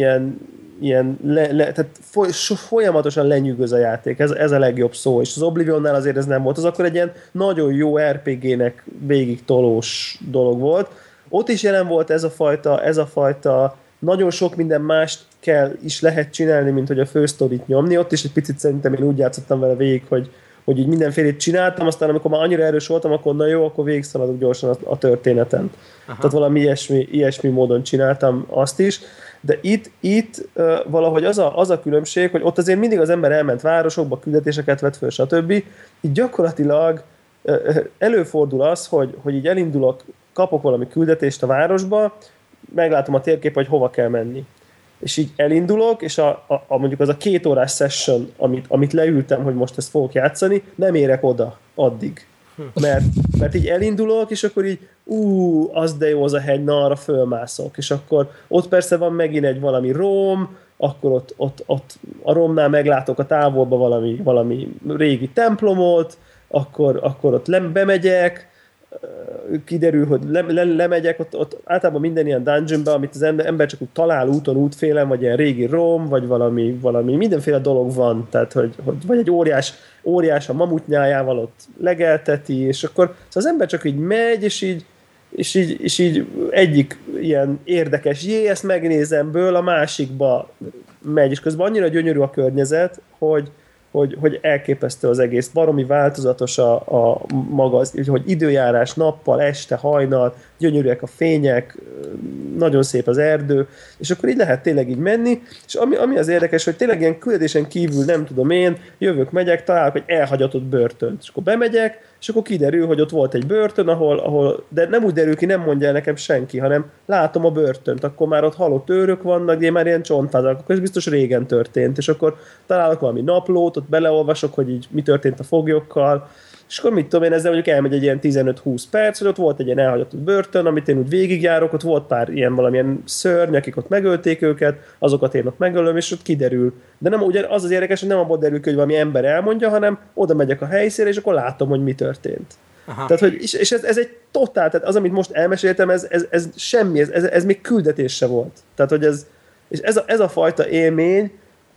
Speaker 1: tehát folyamatosan lenyűgöz a játék, ez a legjobb szó, és az Oblivionnál azért ez nem volt, az akkor egy ilyen nagyon jó RPG-nek végig tolós dolog volt. Ott is jelen volt ez a fajta nagyon sok minden mást is lehet csinálni, mint hogy a fősztorit nyomni, ott is egy picit szerintem én úgy játszottam vele végig, hogy így mindenfélét csináltam, aztán amikor már annyira erős voltam, akkor na jó, akkor végigszaladok gyorsan a történeten. Aha. Tehát valami ilyesmi módon csináltam azt is, de itt valahogy az a különbség, hogy ott azért mindig az ember elment városokba, küldetéseket vett föl, stb. Így gyakorlatilag előfordul az, hogy így elindulok, kapok valami küldetést a városba, meglátom a térkép, hogy hova kell menni. És így elindulok, és mondjuk az a 2 órás session, amit leültem, hogy most ezt fogok játszani, nem érek oda addig. Mert így elindulok, és akkor így az de jó az a hegy, na arra fölmászok. És akkor ott persze van megint egy valami rom, akkor ott a romnál meglátok a távolba valami régi templomot, akkor ott bemegyek, kiderül, hogy lemegyek, ott általában minden ilyen dungeonben, amit az ember csak úgy talál úton, útfélen, vagy ilyen régi rom, vagy valami mindenféle dolog van, tehát hogy vagy egy óriás a mamutnyájával ott legelteti, és akkor szóval az ember csak így megy, és így egyik ilyen érdekes ezt megnézemből a másikba megy, és közben annyira gyönyörű a környezet, hogy elképesztő az egész, baromi változatos a maga, hogy időjárás, nappal, este, hajnal, gyönyörűek a fények, nagyon szép az erdő, és akkor így lehet tényleg így menni, és ami az érdekes, hogy tényleg ilyen küldetésen kívül, nem tudom én, jövök, megyek, találok egy elhagyatott börtönt, és akkor bemegyek, és akkor kiderül, hogy ott volt egy börtön, ahol de nem úgy derül ki, nem mondja el nekem senki, hanem látom a börtönt, akkor már ott halott őrök vannak, de már ilyen csontfázak, akkor ez biztos régen történt, és akkor találok valami naplót, ott beleolvasok, hogy így mi történt a foglyokkal, és akkor mit tudom én, ezzel mondjuk elmegy egy ilyen 15-20 perc, hogy ott volt egy ilyen elhagyatott börtön, amit én úgy végigjárok, ott volt pár ilyen valamilyen szörny, akik ott megölték őket, azokat én ott megölöm, és ott kiderül. De nem ugye az érdekes, hogy nem abból derül ki, hogy valami ember elmondja, hanem oda megyek a helyszínre, és akkor látom, hogy mi történt. Aha. Tehát, hogy, és ez egy totál, tehát az, amit most elmeséltem, ez semmi, ez még küldetés se volt. Tehát, hogy ez a fajta élmény,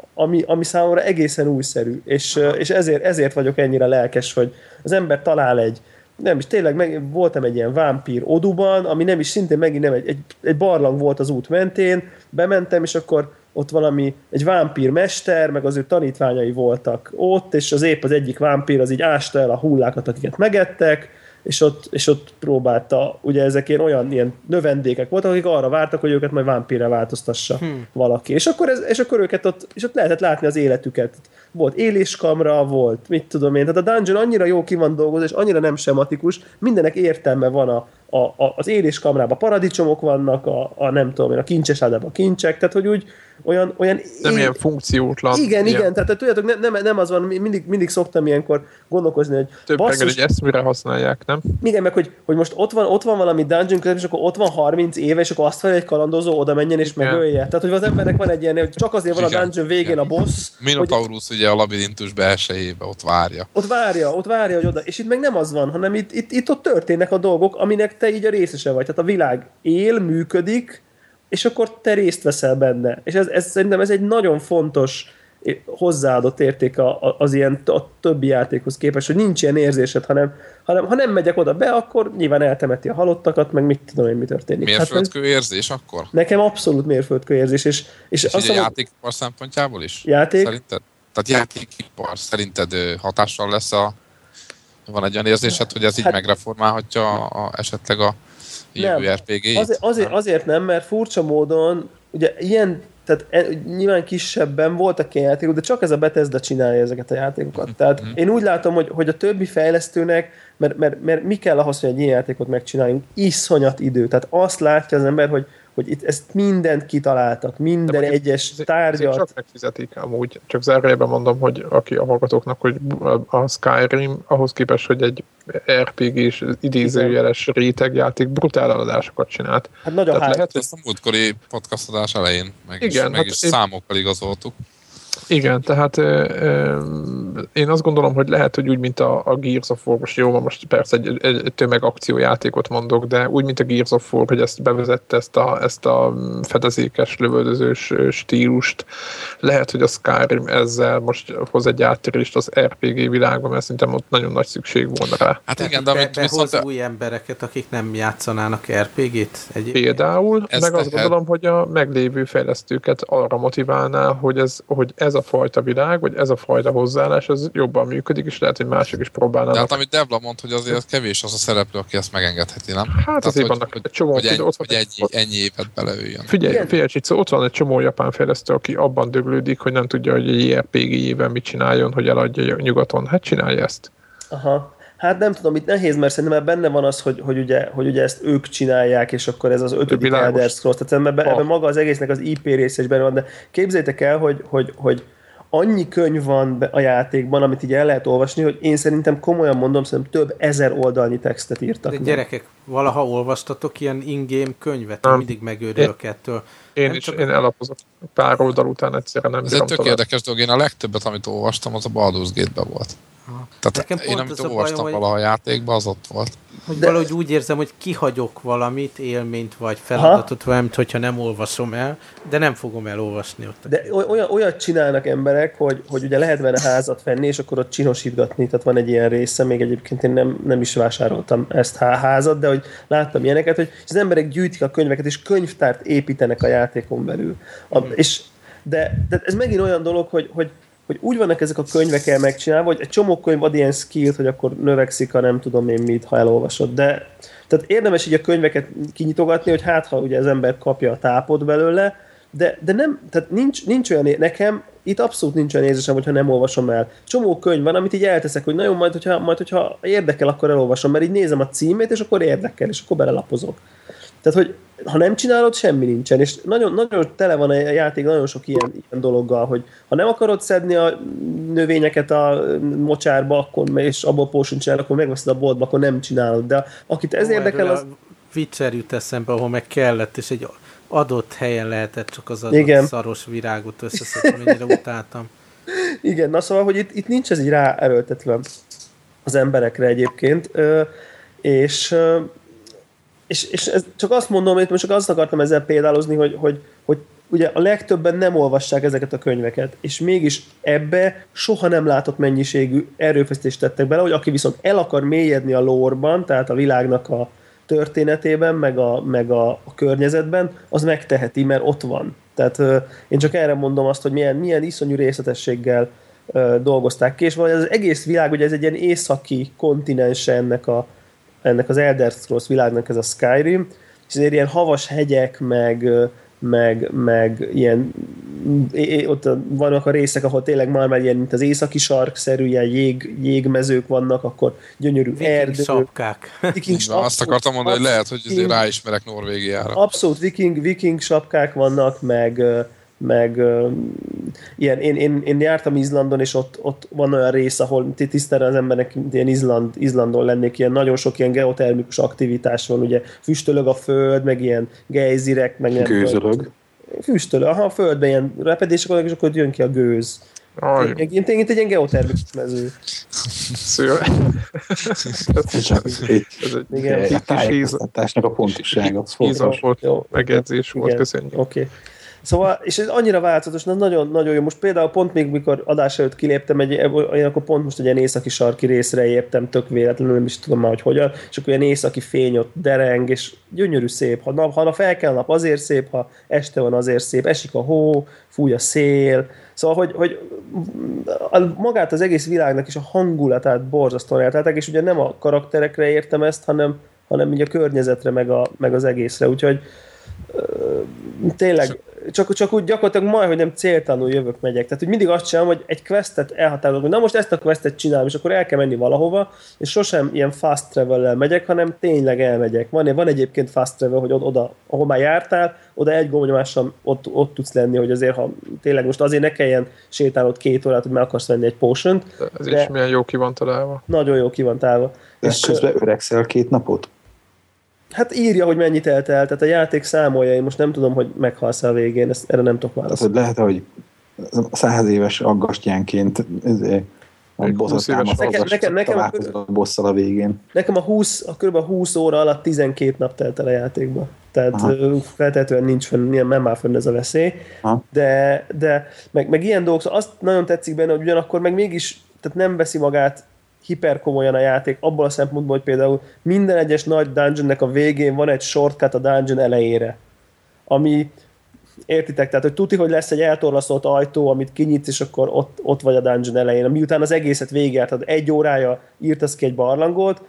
Speaker 1: ami számomra egészen újszerű, és ezért vagyok ennyire lelkes, hogy az ember talál nem is, tényleg voltam egy ilyen vámpír oduban, ami nem is szintén megint nem egy barlang volt az út mentén, bementem, és akkor ott egy vámpír mester, meg az ő tanítványai voltak ott, és az egyik vámpír az így ásta el a hullákat, akiket megettek, és ott próbálta, ugye ezek ilyen növendékek voltak, akik arra vártak, hogy őket majd vámpírre változtassa valaki. És akkor őket ott lehetett látni az életüket. Volt éléskamra, volt, mit tudom én. Tehát a dungeon annyira jó ki van dolgozva, és annyira nem sematikus, mindenek értelme van az éléskamrában paradicsomok vannak, nem tudom én, a kincses ádában kincsek, tehát hogy úgy olyan
Speaker 3: nem ilyen funkciótlan.
Speaker 1: Igen, tehát tudjátok, nem az van, mindig szoktam ilyenkor gondolkozni, hogy
Speaker 3: több egy eszmére használják, nem?
Speaker 1: Igen, meg hogy most ott van valami dungeon közben, és akkor ott van 30 éve, és akkor azt fel, egy kalandozó oda menjen és megölje. Tehát, hogy az embernek van egy ilyen, hogy csak azért van a dungeon végén a boss.
Speaker 2: Minotaurus ugye a labirintus belsejébe ott várja.
Speaker 1: Ott várja, hogy oda. És itt meg nem az van, hanem itt ott történnek a dolgok, aminek te így a részese vagy. Tehát a világ él, működik, és akkor te részt veszel benne. És szerintem ez egy nagyon fontos hozzáadott érték az ilyen a többi játékhoz képest, hogy nincs ilyen érzésed, hanem ha nem megyek oda be, akkor nyilván eltemeti a halottakat, meg mit tudom én, mi történik.
Speaker 2: Mérföldkő érzés akkor?
Speaker 1: Nekem abszolút mérföldkő érzés. És
Speaker 2: azt így a játékipar szempontjából is?
Speaker 1: Játék?
Speaker 2: Szerinted? Tehát játékipar szerinted hatással lesz van egy olyan érzésed, hogy ez így megreformálhatja esetleg a jövő RPG-t?
Speaker 1: Azért nem, mert furcsa módon ugye ilyen, tehát nyilván kisebben voltak ilyen játékok, de csak ez a Bethesda csinálja ezeket a játékokat. Tehát én úgy látom, hogy a többi fejlesztőnek, mert mi kell ahhoz, hogy egy ilyen játékot megcsináljunk? Iszonyat idő. Tehát azt látja az ember, hogy itt ezt mindent kitaláltak, minden egyes tárgyat.
Speaker 3: Csak megfizetik amúgy, csak zárójelben mondom, hogy aki a hallgatóknak, hogy a Skyrim ahhoz képest, hogy egy RPG-s idézőjeles rétegjáték brutál eladásokat csinált.
Speaker 1: Hát nagyon
Speaker 2: lehet, hogy ezt a múltkori podcastadás elején meg is számokkal igazoltuk.
Speaker 3: Igen, tehát én azt gondolom, hogy lehet, hogy úgy, mint a Gears of War, most persze egy tömegakciójátékot mondok, de úgy, mint a Gears of War, hogy ezt bevezette ezt a fedezékes, lövöldözős stílust, lehet, hogy a Skyrim ezzel most hoz egy áttörést az RPG világban, mert szerintem ott nagyon nagy szükség volna rá.
Speaker 2: Hát igen, de
Speaker 4: behoz új embereket, akik nem játszanának RPG-t egyébként.
Speaker 3: Például, meg azt gondolom, hogy a meglévő fejlesztőket arra motiválná, hogy ez a fajta világ, vagy ez a fajta hozzáállás, ez jobban működik, és lehet, hogy mások is próbálnának.
Speaker 2: De hát amit Devla mond, hogy azért kevés az a szereplő, aki ezt megengedheti, nem?
Speaker 3: Hát tehát, azért vannak egy csomó...
Speaker 2: Hogy ennyi évet beleüljön.
Speaker 3: Figyelj, ott van egy csomó japán fejlesztő, aki abban döglődik, hogy nem tudja, hogy egy RPG-jében mit csináljon, hogy eladja nyugaton. Hát csinálja ezt.
Speaker 1: Aha. Hát nem tudom, itt nehéz, mert szerintem benne van az, hogy ugye ezt ők csinálják, és akkor ez az 5. Elder Scrolls. Tehát ebben maga az egésznek az IP része is benne van, de képzeljétek el, hogy annyi könyv van a játékban, amit így el lehet olvasni, hogy én szerintem komolyan mondom, szerintem több 1000 oldalnyi textet írtak.
Speaker 4: De gyerekek, valaha olvastatok ilyen in-game könyvet? Nem. Mindig megőrülök ettől.
Speaker 3: Én elapozok pár oldal után egyszerre nem
Speaker 2: ez egy tök érdekes dolog. Én a legtöbbet, amit olvastam, az a Baldur's Gate-ben volt. Tehát én amit olvastam valaha a játékban, az ott volt.
Speaker 4: Hogy valahogy úgy érzem, hogy kihagyok valamit, élményt vagy feladatot, valamit, hogyha nem olvasom el, de nem fogom elolvasni ott.
Speaker 1: De olyat csinálnak emberek, hogy ugye lehet benne házat venni, és akkor ott csinosítgatni, tehát van egy ilyen része, még egyébként én nem is vásároltam ezt házat, de hogy láttam ilyeneket, hogy az emberek gyűjtik a könyveket, és könyvtárt építenek a játékon belül. De ez megint olyan dolog, hogy úgy vannak ezek a könyvekkel megcsinálva, hogy egy csomó könyv ad ilyen skillt, hogy akkor növekszik a nem tudom én mit, ha elolvasod. De tehát érdemes így a könyveket kinyitogatni, hogy ha ugye az ember kapja a tápot belőle, de nem, tehát nincs olyan, nekem itt abszolút nincs olyan érzésem, hogyha nem olvasom el. Csomó könyv van, amit így elteszek, hogy nagyon majd hogyha érdekel, akkor elolvasom, mert így nézem a címét, és akkor érdekel, és akkor belelapozok. Tehát, hogy ha nem csinálod, semmi nincsen, és nagyon, nagyon tele van a játék nagyon sok ilyen dologgal, hogy ha nem akarod szedni a növényeket a mocsárba, akkor, és abból potion csinál, akkor megveszed a boltba, akkor nem csinálod, de akit ez érdekel, az...
Speaker 4: Witcher jut eszembe, ahol meg kellett, és egy adott helyen lehetett csak az adott szaros virágot összeszedni, mennyire utáltam.
Speaker 1: Igen, na szóval, hogy itt nincs ez így ráerőltetve az emberekre egyébként, és ez, csak azt mondom, hogy csak azt akartam ezzel példálozni, hogy ugye a legtöbben nem olvassák ezeket a könyveket, és mégis ebbe soha nem látott mennyiségű erőfeszítést tettek bele, hogy aki viszont el akar mélyedni a lore-ban, tehát a világnak a történetében, meg a környezetben, az megteheti, mert ott van. Tehát én csak erre mondom azt, hogy milyen iszonyú részletességgel dolgozták ki, és valahogy az egész világ, ugye ez egy ilyen északi kontinense ennek az Elder Scrolls világnak, ez a Skyrim, és azért ilyen havas hegyek, meg ilyen, ott vannak a részek, ahol tényleg már ilyen, mint az északi sarkszerű, ilyen jégmezők vannak, akkor gyönyörű erdő.
Speaker 4: Sapkák.
Speaker 2: Azt akartam mondani, hogy lehet, hogy azért ráismerek Norvégiára.
Speaker 1: Abszolút viking sapkák vannak, meg ilyen, én jártam Izlandon, és ott van olyan rész, ahol tisztára az embernek ilyen Izlandon lennék, ilyen nagyon sok ilyen geotermikus aktivitás van, ugye füstölög a föld, meg ilyen gejzirek, meg
Speaker 5: gőzölög.
Speaker 1: Füstölög, a földben ilyen repedések vannak, és akkor jön ki a gőz. Egy ilyen geotermikus mező.
Speaker 5: A tájékoztatásnak a pontosága.
Speaker 3: Megjegyzés volt, köszönjük.
Speaker 1: Oké. Szóval, és ez annyira változatos, ez nagyon, nagyon jó. Most például pont még, mikor adás előtt kiléptem, én akkor pont most egy ilyen északi sarki részre értem, tök véletlenül, nem is tudom már, hogy hogyan, és akkor ilyen északi fény ott dereng, és gyönyörű szép. Ha fel kell a nap, azért szép, ha este van, azért szép, esik a hó, fúj a szél. Szóval, hogy magát az egész világnak is a hangulatát borzasztóan eltálták, és ugye nem a karakterekre értem ezt, hanem így a környezetre, meg az egészre. Úgyhogy tényleg csak úgy gyakorlatilag majd, hogy nem céltalanul jövök, megyek. Tehát, hogy mindig azt csinálom, hogy egy questet elhatárolok, hogy na most ezt a questet csinálom, és akkor el kell menni valahova, és sosem ilyen fast travel-lel megyek, hanem tényleg elmegyek. Van egyébként fast travel, hogy oda, ahol már jártál, oda egy gombnyomással ott tudsz lenni, hogy azért, ha tényleg most azért ne kelljen sétálnod 2 órát, hogy meg akarsz venni egy potion-t.
Speaker 3: Ez is milyen jó ki van találva.
Speaker 1: Nagyon jó ki van találva.
Speaker 5: És közben öregszel 2 napot?
Speaker 1: Hát írja, hogy mennyit eltelt, tehát a játék számolja, én most nem tudom, hogy meghalsz a végén, erre nem tudok válaszolni.
Speaker 5: Lehet, hogy 100 éves aggastyánként bosszot támasztva a bosszal a végén.
Speaker 1: Nekem kb. 20 óra alatt 12 nap telt el a játékba. Tehát feltétlenül nincs fenn, nem áll fenn ez a veszély. De meg ilyen dolgok, azt nagyon tetszik benne, hogy ugyanakkor meg mégis tehát nem veszi magát hiperkomolyan a játék, abból a szempontból, hogy például minden egyes nagy dungeonnek a végén van egy shortcut a dungeon elejére. Ami, értitek, tehát hogy tuti, hogy lesz egy eltorlasztott ajtó, amit kinyitsz, és akkor ott vagy a dungeon elején. Miután az egészet végigjártad, 1 órája írtasz ki egy barlangot,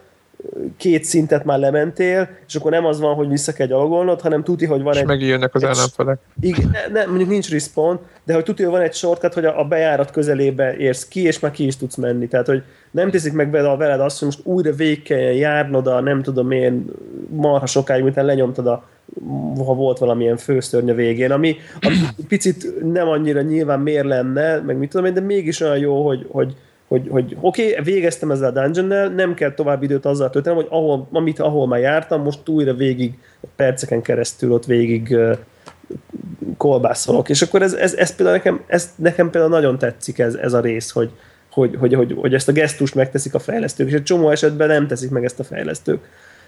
Speaker 1: 2 szintet már lementél, és akkor nem az van, hogy vissza kell gyalogolnod, hanem tuti, hogy van
Speaker 3: és megijönnek az ellenfelek.
Speaker 1: Igen, mondjuk nincs respawn, de hogy tuti, hogy van egy shortcut, hogy a bejárat közelébe érsz ki, és már ki is tudsz menni. Tehát, hogy nem teszik meg veled azt, hogy most újra végig kell járnod a nem tudom én marha sokáig, miután lenyomtad ha volt valamilyen főszörny a végén, ami picit nem annyira nyilván miért lenne, meg mit tudom én, de mégis olyan jó, hogy oké, végeztem ezzel a dungeonnel, nem kell tovább időt azzal töltenem, hogy ahol már jártam, most újra végig perceken keresztül ott végig kolbászolok. És akkor ez például nekem például nagyon tetszik ez a rész, hogy ezt a gesztust megteszik a fejlesztők, és egy csomó esetben nem teszik meg ezt a fejlesztők.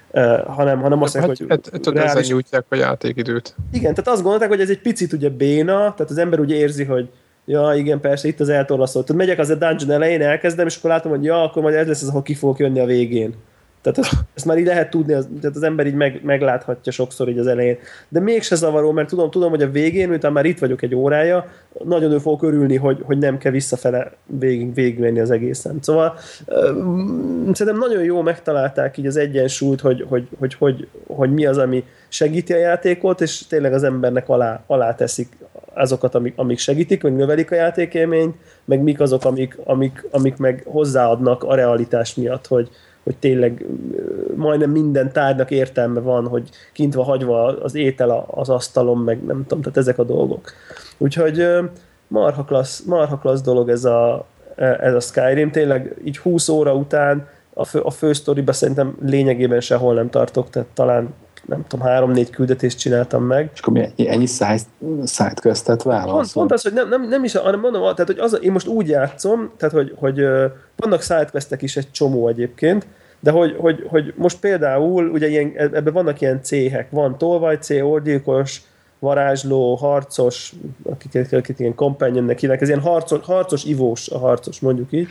Speaker 1: Hanem azt mondják, hogy
Speaker 3: ezzel nyújtják a játékidőt.
Speaker 1: Igen, tehát azt gondolták, hogy ez egy picit ugye béna, tehát az ember ugye érzi, hogy ja, igen, persze, itt az eltorlasztott. Tehát megyek az a dungeon elején, elkezdem, és akkor látom, hogy ja, akkor majd ez lesz az, ahol ki fogok jönni a végén. Tehát ezt már így lehet tudni, tehát az ember így megláthatja sokszor így az elején. De mégse zavaró, mert tudom, hogy a végén, miután már itt vagyok egy órája, nagyon ő fogok örülni, hogy nem kell visszafele végigmenni az egészen. Szóval szerintem nagyon jól megtalálták így az egyensúlyt, hogy mi az, ami segíti a játékot, és tényleg az embernek alá teszik azokat, amik segítik, vagy növelik a játékélményt, meg mik azok, amik meg hozzáadnak a realitás miatt, hogy tényleg majdnem minden tárgynak értelme van, hogy kint van hagyva az étel az asztalon, meg nem tudom, tehát ezek a dolgok. Úgyhogy marha klassz dolog ez a Skyrim, tényleg így 20 óra után a fő sztoriba szerintem lényegében sehol nem tartok, tehát talán nem tudom, 3-4 küldetést csináltam meg.
Speaker 5: És akkor ennyi sidequestet válasz?
Speaker 1: Pont az, hogy nem is, hanem mondom, tehát, hogy én most úgy játszom, tehát, hogy vannak sidequestek is egy csomó egyébként, de hogy most például, ugye ebben vannak ilyen céhek, van tolvajcé, orgyilkos, varázsló, harcos, akik ilyen companionnek hívnak, ez ilyen harcos ivós, a harcos, mondjuk így.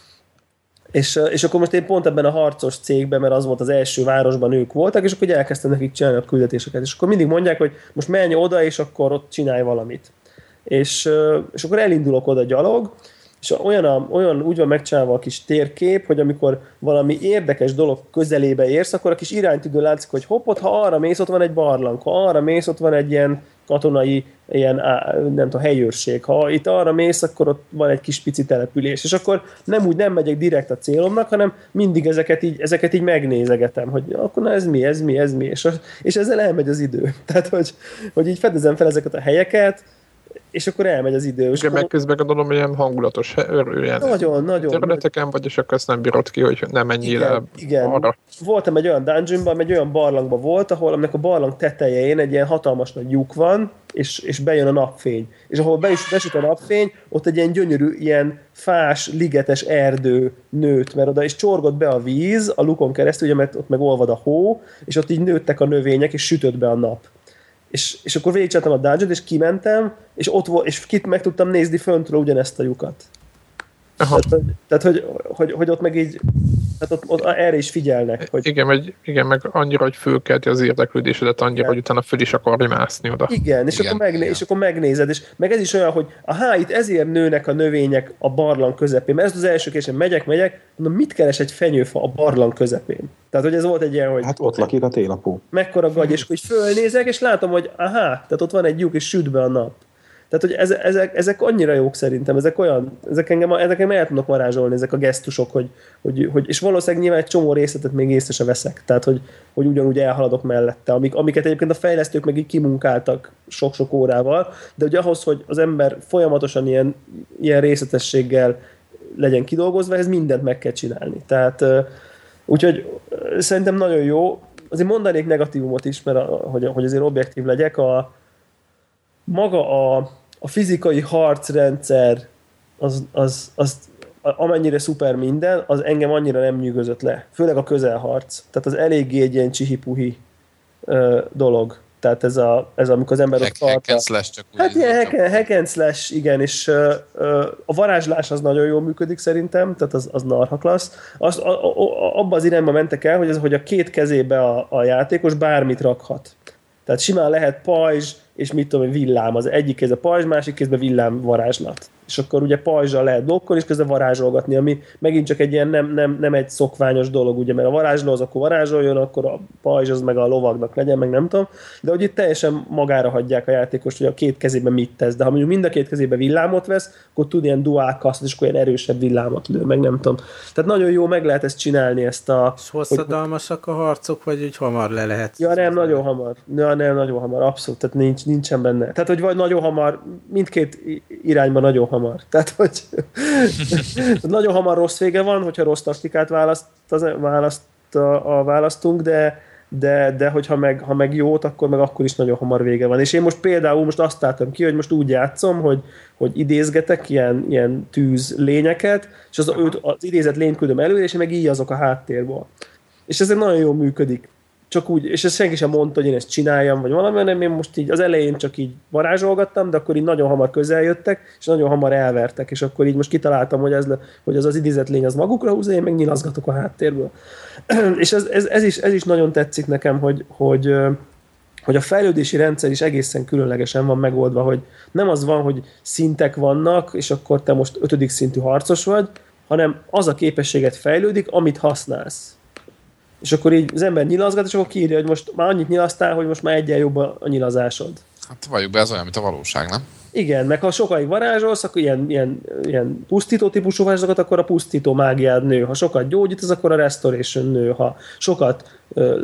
Speaker 1: És akkor most én pont ebben a harcos cégben, mert az volt az első városban ők voltak, és akkor elkezdtem nekik csinálni a küldetéseket. És akkor mindig mondják, hogy most menj oda, és akkor ott csinálj valamit. És akkor elindulok oda gyalog, és olyan úgy van megcsinálva a kis térkép, hogy amikor valami érdekes dolog közelébe érsz, akkor a kis iránytűdő látszik, hogy hoppot, ha arra mész, ott van egy barlang, ha arra mész, ott van egy ilyen katonai, ilyen, nem tudom, helyőrség. Ha itt arra mész, akkor ott van egy kis pici település. És akkor nem megyek direkt a célomnak, hanem mindig ezeket így megnézegetem, hogy akkor na ez mi. És ezzel elmegy az idő. Tehát, hogy így fedezem fel ezeket a helyeket, és akkor elmegy az idő.
Speaker 3: Igen, meg közben gondolom, ilyen hangulatos
Speaker 1: nagyon
Speaker 3: területeken vagy, és akkor ezt nem bírod ki, hogy nem menjél arra.
Speaker 1: Voltam egy olyan dungeonban, egy olyan barlangban volt, ahol aminek a barlang tetején egy ilyen hatalmas nagy lyuk van, és bejön a napfény. És ahol besüt a napfény, ott egy ilyen gyönyörű, ilyen fás, ligetes erdő nőtt, mert oda is csorgott be a víz a lukon keresztül, ugye, mert ott meg olvad a hó, és ott így nőttek a növények, és sütött be a nap. És akkor végigcsináltam a dungeon-t, és kimentem, és ott volt, és meg tudtam nézni föntről ugyanezt a lyukat. Tehát hogy ott meg így Tehát ott erre is figyelnek. Hogy...
Speaker 3: Igen, meg annyira, hogy fölkelti az érdeklődésedet annyira, hogy utána föl is akarj mászni oda.
Speaker 1: Igen, és akkor megnézed, és meg ez is olyan, hogy itt ezért nőnek a növények a barlang közepén. Mert ez az első kérdés, megyek, mondom, mit keres egy fenyőfa a barlang közepén? Tehát, hogy ez volt egy ilyen, hogy...
Speaker 5: Hát ott lakik a télapó.
Speaker 1: Mekkora gagy, és hogy fölnézek, és látom, hogy tehát ott van egy lyuk, és süt be a nap. Tehát, hogy ezek annyira jók szerintem, ezek engem el tudnak varázsolni, ezek a gesztusok, hogy és valószínűleg nyilván egy csomó részletet még észre se veszek, tehát, hogy ugyanúgy elhaladok mellette, amiket egyébként a fejlesztők meg így kimunkáltak sok-sok órával, de ugye ahhoz, hogy az ember folyamatosan ilyen részletességgel legyen kidolgozva, ez mindent meg kell csinálni. Tehát, úgyhogy szerintem nagyon jó. Azért mondanék negatívumot is, mert hogy azért objektív legyek, maga a fizikai harcrendszer az amennyire szuper minden, az engem annyira nem nyűgözött le. Főleg a közelharc. Tehát az eléggé egy ilyen csihipuhi dolog. Tehát ez amikor az ember ott
Speaker 2: hack and slash csak úgy.
Speaker 1: Hát ilyen hack and slash, igen, és a varázslás az nagyon jól működik szerintem, tehát az narha klassz. Abba az irányba mentek el, hogy a két kezébe a játékos bármit rakhat. Tehát simán lehet pajzs, és mit tudom, villám. Az egyik kézbe pajzs, másik kézbe villám varázslat. És akkor ugye pajzsal lehet blokkolni, és közben varázsolgatni, ami megint csak egy ilyen nem egy szokványos dolog, ugye, mert a varázsló az akkor varázsoljon, akkor a pajzs az meg a lovagnak legyen, meg nem tudom. De hogy itt teljesen magára hagyják a játékost, hogy a két kezében mit tesz. De ha mondjuk mind a két kezébe villámot vesz, akkor tud ilyen dual cast, és akkor ilyen erősebb villámot lő, meg nem tudom. Tehát nagyon jó, meg lehet ezt csinálni, ezt a...
Speaker 4: És hosszadalmasak a harcok, vagy úgy hamar le lehet?
Speaker 1: Ja, nem, nagyon hamar. Ja, nem, nagyon hamar, abszolút. Tehát nincsen benne. Tehát, hogy vagy nagyon hamar, mindkét irányban nagyon hamar. Tehát, hogy nagyon hamar rossz vége van, hogyha rossz taktikát választunk, de hogyha meg jót, akkor is nagyon hamar vége van. És én például azt álltam ki, hogy most úgy játszom, hogy idézgetek ilyen tűz lényeket, és az idézett lényt küldöm elő, és én meg így azok a háttérből. És ez nagyon jól működik. Csak úgy, és ezt senki sem mondta, hogy én ezt csináljam, vagy valami, hanem én most így az elején csak így varázsolgattam, de akkor így nagyon hamar közeljöttek, és nagyon hamar elvertek, és akkor így most kitaláltam, hogy az idézett lény az magukra húzza, én meg nyilazgatok a háttérből. És ez is nagyon tetszik nekem, hogy a fejlődési rendszer is egészen különlegesen van megoldva, hogy nem az van, hogy szintek vannak, és akkor te most 5. szintű harcos vagy, hanem az a képességet fejlődik, amit használsz. És akkor így az ember nyilazgat, és akkor kiírja, hogy most már annyit nyilaztál, hogy most már egyen jobb a nyilazásod.
Speaker 2: Hát valljuk be, ez olyan, mint a valóság, nem?
Speaker 1: Igen, meg ha sokáig varázsolsz, akkor ilyen pusztító típusú varázslatokat, akkor a pusztító mágiád nő. Ha sokat gyógyítasz, akkor a restoration nő. Ha sokat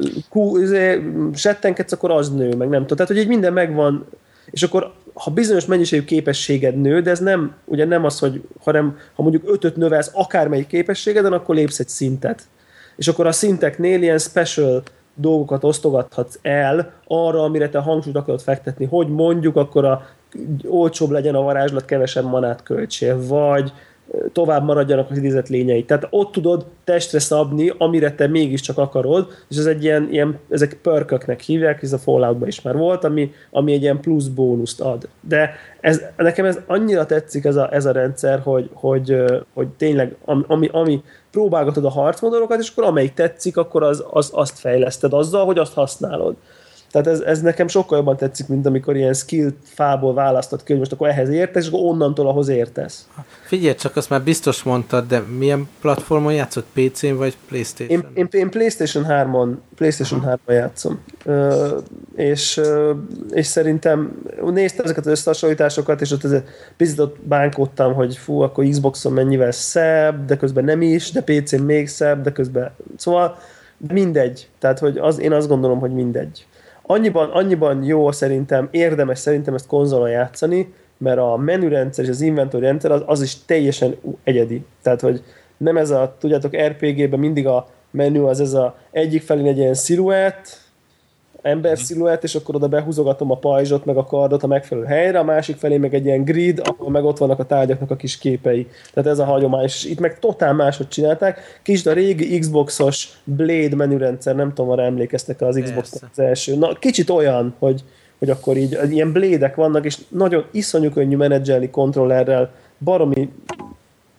Speaker 1: settenkedsz, akkor az nő, meg nem tudom. Tehát, hogy így minden megvan, és akkor ha bizonyos mennyiségű képességed nő, de ez nem az, hogy hanem, ha mondjuk 5-öt növelsz akármelyik képességeden, akkor lépsz egy szintet. És akkor a szinteknél ilyen special dolgokat osztogathatsz el arra, amire te hangsúlyt akarod fektetni, hogy mondjuk akkor olcsóbb legyen a varázslat, kevesebb manát költsél, vagy tovább maradjanak az idézett lényei. Tehát ott tudod testre szabni, amire te mégiscsak akarod, és ez egy ezek perköknek hívják, ez a Falloutban is már volt, ami egy ilyen plusz bónuszt ad. De nekem ez annyira tetszik ez a rendszer, hogy tényleg ami próbálgatod a harcmodorokat, és akkor amelyik tetszik, akkor azt fejleszted azzal, hogy azt használod. Tehát ez nekem sokkal jobban tetszik, mint amikor ilyen skill fából választod ki, hogy most akkor ehhez értesz, és akkor onnantól ahhoz értesz.
Speaker 4: Figyelj csak, azt már biztos mondtad, de milyen platformon játszott? PC-n vagy PlayStation?
Speaker 1: Én PlayStation 3-on játszom. És szerintem néztem ezeket az összehasonlításokat, és ott bánkódtam, hogy akkor Xboxon mennyivel szebb, de közben nem is, de PC-n még szebb, de közben... Szóval mindegy. Tehát, hogy én azt gondolom, hogy mindegy. Annyiban jó szerintem, érdemes szerintem ezt konzolon játszani, mert a menürendszer és az inventory rendszer az is teljesen egyedi. Tehát, hogy nem ez tudjátok, RPG-ben mindig a menü az ez egyik felén egy ilyen sziluett, ember sziluett, és akkor oda behúzogatom a pajzsot, meg a kardot a megfelelő helyre, a másik felé meg egy ilyen grid, ahol meg ott vannak a tárgyaknak a kis képei. Tehát ez a hagyomány, és itt meg totál máshogy csinálták. Kicsit a régi Xboxos Blade menürendszer, nem tudom, arra emlékeztek az Xbox az első. Na, kicsit olyan, hogy akkor így ilyen Blade-ek vannak, és nagyon iszonyú könnyű menedzselni kontrollerrel, baromi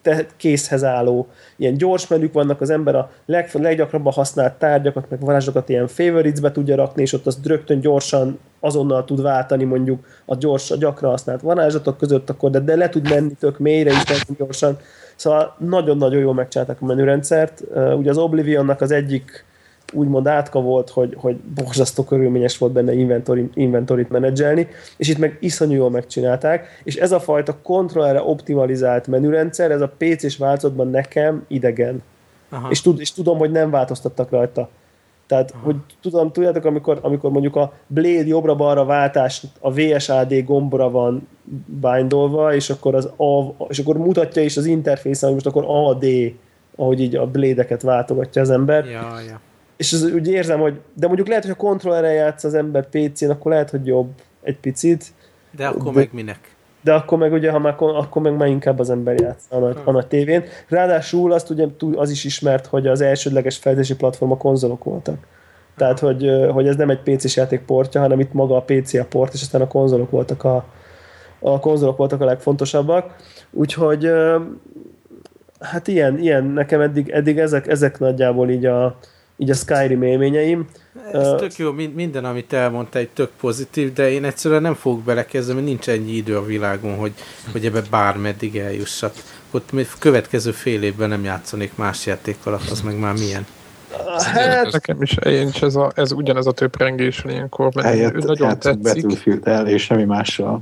Speaker 1: készhez álló ilyen gyors menük vannak, az ember a leggyakrabban használt tárgyakat, meg varázsokat ilyen favorites-be tudja rakni, és ott azt rögtön gyorsan azonnal tud váltani mondjuk a gyakran használt varázslatok között, akkor de le tud menni tök mélyre is gyorsan. Szóval nagyon-nagyon jól megcsinálták a menürendszert. Ugye az Oblivionnak az egyik úgymond átka volt, hogy borzasztó körülményes volt benne inventorit menedzselni, és itt meg iszonyú jól megcsinálták, és ez a fajta kontrollerre optimalizált menürendszer, ez a PC-s változatban nekem idegen. És tudom, hogy nem változtattak rajta. Tehát, hogy tudjátok, amikor mondjuk a Blade jobbra-balra váltás a VSAD gombra van bindolva, és akkor mutatja is az interfészen, hogy most akkor AD, ahogy így a Blade-eket váltogatja az ember.
Speaker 4: Ja.
Speaker 1: És úgy érzem, hogy de mondjuk lehet, hogy a kontrollerrel játsz az ember PC-n, akkor lehet, hogy jobb egy picit.
Speaker 4: De akkor meg minek?
Speaker 1: De akkor meg ugye, akkor meg már inkább az ember játsz a nagy tévén. Ráadásul azt ugye az is ismert, hogy az elsődleges fejlesztési platform a konzolok voltak. Tehát, hogy ez nem egy PC-s játék portja, hanem itt maga a PC a port, és aztán a konzolok voltak a legfontosabbak. Úgyhogy hát ilyen nekem eddig ezek nagyjából így a Skyrim élményeim.
Speaker 4: Ez tök jó, minden, amit elmondta, egy tök pozitív, de én egyszerűen nem fogok belekezdeni, mert nincs ennyi idő a világon, hogy ebbe bármeddig eljussak. Ott még következő fél évben nem játszanék más játékkal, az meg már milyen.
Speaker 3: Hát nekem is ez ugyanez a töprengés ilyenkor, mert nagyon tetszik.
Speaker 5: Battlefield-el és semmi mással.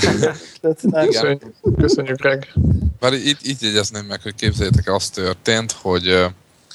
Speaker 3: Köszönjük, Greg.
Speaker 2: Bár itt jegyezném meg, hogy képzeljétek el, az történt, hogy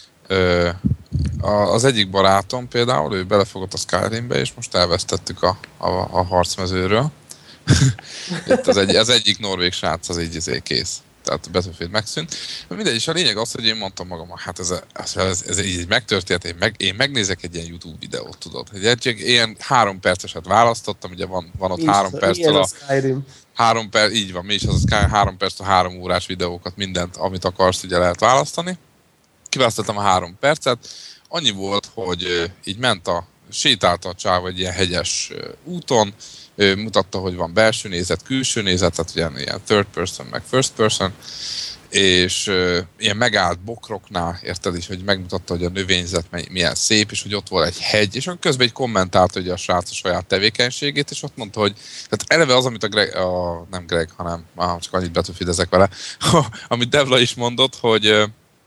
Speaker 2: az egyik barátom például, ő belefogott a Skyrimbe, és most elvesztettük a harcmezőről. Itt az egyik norvég srác az így kész. Tehát a Battlefield megszűnt. Mindegy, és a lényeg az, hogy én mondtam magam, hát ez így megtörtént, én megnézek egy ilyen YouTube videót, tudod. Egy ilyen 3 perceset választottam, ugye van ott 3 perctől a Skyrim. 3 perc, így van, mi is az a Skyrim, 3 perctől 3 órás videókat, mindent, amit akarsz, ugye lehet választani. Kiválasztottam a 3 percet, annyi volt, hogy így sétált a csáv egy ilyen hegyes úton, mutatta, hogy van belső nézet, külső nézet, tehát ilyen third person, meg first person, és ilyen megállt bokroknál, érted is, hogy megmutatta, hogy a növényzet milyen szép, és hogy ott volt egy hegy, és akkor közben egy kommentált, hogy a srác a saját tevékenységét, és ott mondta, hogy tehát eleve az, amit nem Greg, hanem csak annyit betűfidezek vele, amit Devla is mondott, hogy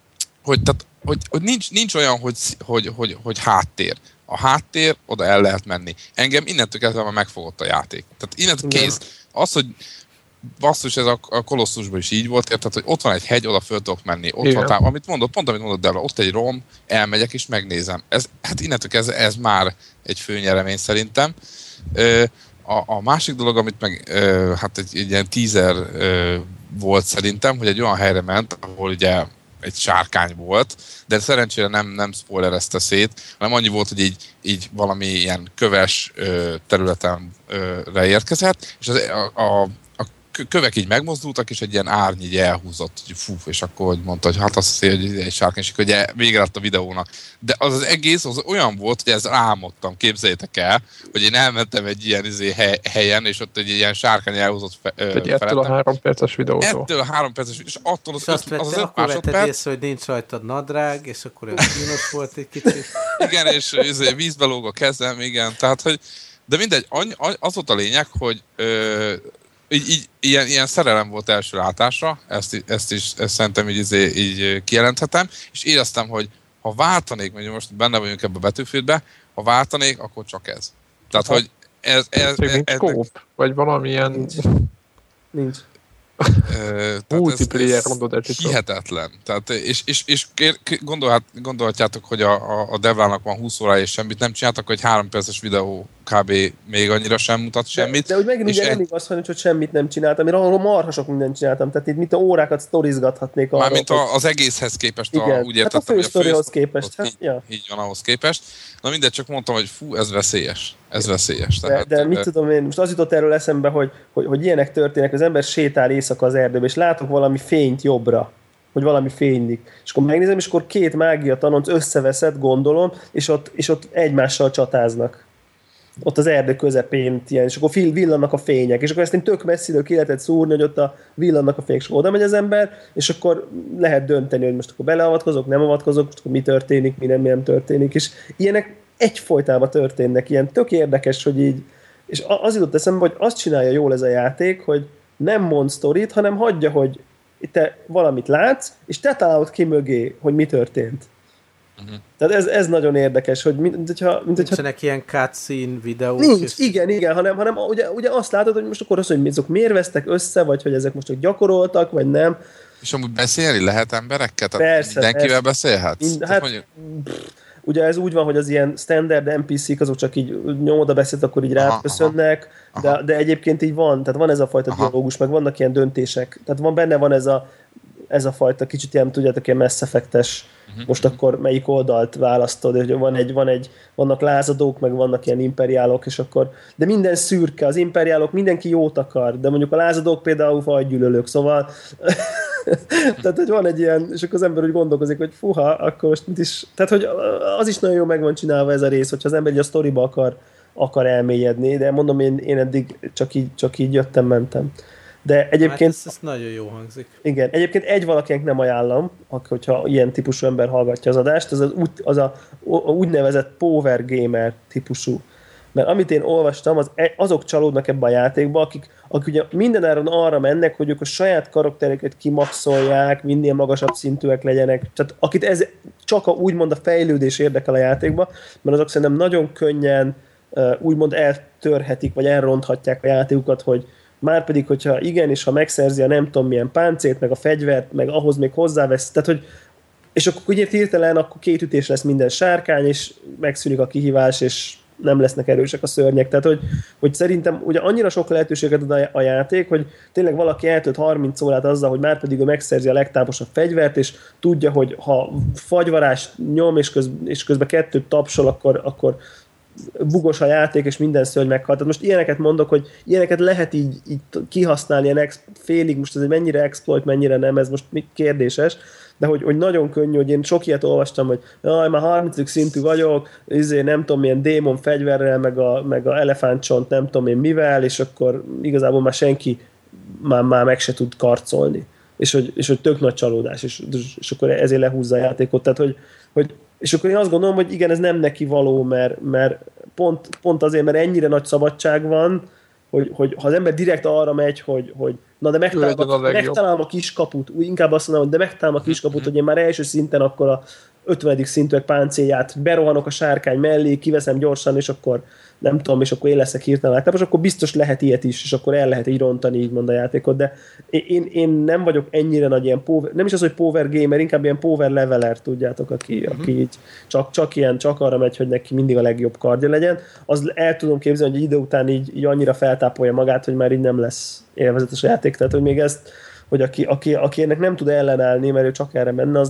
Speaker 2: nincs olyan, hogy háttér. A háttér, oda el lehet menni. Engem innentől kezdve már megfogott a játék. Tehát innentől kész. Az, hogy basszus, ez a Kolosszusban is így volt, érted, hogy ott van egy hegy, oda föl tudok menni. Ott van, amit mondott Devla, ott egy rom, elmegyek és megnézem. Hát innentől kezdve ez már egy főnyeremény szerintem. A másik dolog, amit meg hát egy ilyen teaser volt szerintem, hogy egy olyan helyre ment, ahol ugye egy sárkány volt, de szerencsére nem spoilerezte szét, hanem annyi volt, hogy így valami ilyen köves területenre érkezett, és a kövek így megmozdultak, és egy ilyen árny így elhúzott, hogy és akkor hogy mondta, hogy hát azt hiszi, hogy egy sárkány, és ugye vége lett a videónak. De az egész az olyan volt, hogy ezt álmodtam, képzeljétek el, hogy én elmentem egy ilyen helyen, és ott egy ilyen sárkány elhúzott
Speaker 3: ettől a 3 perces videótól.
Speaker 2: Ettől a 3 perces, és attól
Speaker 4: az 5 másodperc. Észre, hogy nincs rajtad nadrág, és akkor olyan kínos volt egy kicsit.
Speaker 2: Igen, és vízbe lóg a kezem, igen, tehát, hogy de mindegy, az volt a lényeg, hogy ilyen szerelem volt első látásra, ezt szerintem így kijelenthetem, és éreztem, hogy ha váltanék, mondjuk most benne vagyunk ebbe a Battlefieldbe, ha váltanék, akkor csak ez. Tehát, hogy
Speaker 3: nincs kóp, vagy valamilyen...
Speaker 1: Nincs.
Speaker 3: Multiplayer mondod,
Speaker 2: hihetetlen. Tehát, és gondolhatjátok, hogy a Devlának van 20 órája és semmit nem csináltak, hogy 3 perces videó kb. Még annyira sem mutat semmit.
Speaker 1: De úgy megint ugye nem igaz, hogy semmit nem csináltam, mert arról marha sok mindent csináltam, tehát itt mit órákat sztorizgathatnék arról.
Speaker 2: Mármint az egészhez képest, úgy értettem,
Speaker 1: hát a fősztorihoz képest.
Speaker 2: Így van, ahhoz képest. Na mindegy, csak mondtam, hogy fú, ez veszélyes. Ez veszélyes.
Speaker 1: De mit tudom én, most az jutott erről eszembe, hogy ilyenek történnek, az ember sétál éjszaka az erdőbe, és látok valami fényt jobbra, hogy valami fénylik. És akkor megnézem, és akkor 2 mágia tanonc összeveszett, gondolom, és ott egymással csatáznak. ott az erdő közepén, ilyen, és akkor villannak a fények, és akkor ezt én tök messziről ki lehetett szúrni, hogy ott villannak a fények, és oda megy az ember, és akkor lehet dönteni, hogy most akkor beleavatkozok, nem avatkozok, most akkor mi történik, mi nem történik, és ilyenek egyfolytában történnek, ilyen tök érdekes, hogy így, és az jutott eszembe, hogy azt csinálja jól ez a játék, hogy nem mond sztorit, hanem hagyja, hogy te valamit látsz, és te találod ki mögé, hogy mi történt. Tehát ez nagyon érdekes, hogy
Speaker 4: nincsenek ilyen cutscene videók.
Speaker 1: Nincs, igen, hanem ugye azt látod, hogy most akkor az, hogy azok miért vesztek össze, vagy hogy ezek most csak gyakoroltak, vagy nem.
Speaker 2: És amúgy beszélni lehet emberekkel?
Speaker 1: Persze.
Speaker 2: Mindenkivel beszélhetsz?
Speaker 1: Ugye ez úgy van, hogy az ilyen standard NPC-k azok csak így nyomod a beszélt, akkor így rád köszönnek, de egyébként így van, tehát van ez a fajta dialógus, meg vannak ilyen döntések, tehát benne van ez a fajta kicsit ilyen, tudjátok, ilyen Mass Effect-es, most akkor melyik oldalt választod, hogy vannak lázadók, meg vannak ilyen imperiálok, és akkor, de minden szürke, az imperiálok, mindenki jót akar, de mondjuk a lázadók például fajgyűlölők, szóval tehát, hogy van egy ilyen, és akkor az ember úgy gondolkozik, hogy fuha, akkor most mit is, tehát, hogy az is nagyon jó meg van csinálva ez a rész, hogyha az ember így a sztoriba akar elmélyedni, de mondom, én eddig csak így jöttem, mentem. De egyébként...
Speaker 4: Hát ez nagyon jó hangzik.
Speaker 1: Igen, egyébként egy valakinek nem ajánlom, hogyha ilyen típusú ember hallgatja az adást, az a úgynevezett power gamer típusú. Mert amit én olvastam, azok csalódnak ebbe a játékba, akik ugye mindenáron arra mennek, hogy ők a saját karaktereket kimaxolják, minél magasabb szintűek legyenek. Tehát akit ez csak úgymond a fejlődés érdekel a játékba, mert azok szerintem nagyon könnyen úgymond eltörhetik, vagy elronthatják a játékukat, hogy márpedig, hogyha igenis, ha megszerzi a nem tudom milyen páncélt, meg a fegyvert, meg ahhoz még hozzávesz, tehát hogy és akkor ugye hirtelen akkor 2 ütés lesz minden sárkány, és megszűnik a kihívás, és nem lesznek erősek a szörnyek. Tehát, hogy szerintem ugye annyira sok lehetőséget ad a játék, hogy tényleg valaki eltölt 30 órát azzal, hogy márpedig ő megszerzi a legtáposabb fegyvert, és tudja, hogy ha fagyvarást nyom, és közben 2 tapsol, akkor bugos a játék, és minden szörny meghalt. Tehát most ilyeneket mondok, hogy ilyeneket lehet így kihasználni, ilyen félig, most ez mennyire exploit, mennyire nem, ez most kérdéses, de hogy nagyon könnyű, hogy én sok ilyet olvastam, hogy már 30. szintű vagyok, nem tudom milyen démon fegyverrel, meg a elefántcsont nem tudom én mivel, és akkor igazából már senki már meg se tud karcolni. És hogy tök nagy csalódás, és akkor ezért lehúzza a játékot. Tehát, hogy és akkor én azt gondolom, hogy igen, ez nem neki való, mert pont azért, mert ennyire nagy szabadság van, hogy ha az ember direkt arra megy, hogy na de megtalálom a kiskaput, inkább azt mondom, de megtalálom a kiskaput, hogy én már első szinten akkor a 50. szintűek páncélját berohanok a sárkány mellé, kiveszem gyorsan, és akkor nem tudom, és akkor én leszek hirtelen látápos, akkor biztos lehet ilyet is, és akkor el lehet így rontani, így mond a játékot, de én nem vagyok ennyire nagy ilyen power, nem is az, hogy power gamer, inkább ilyen power leveler, tudjátok, aki így csak arra megy, hogy neki mindig a legjobb kardja legyen, az el tudom képzelni, hogy idő után így annyira feltápolja magát, hogy már így nem lesz élvezetes a játék, tehát hogy még ezt, hogy aki ennek nem tud ellenállni, mert ő csak erre menne,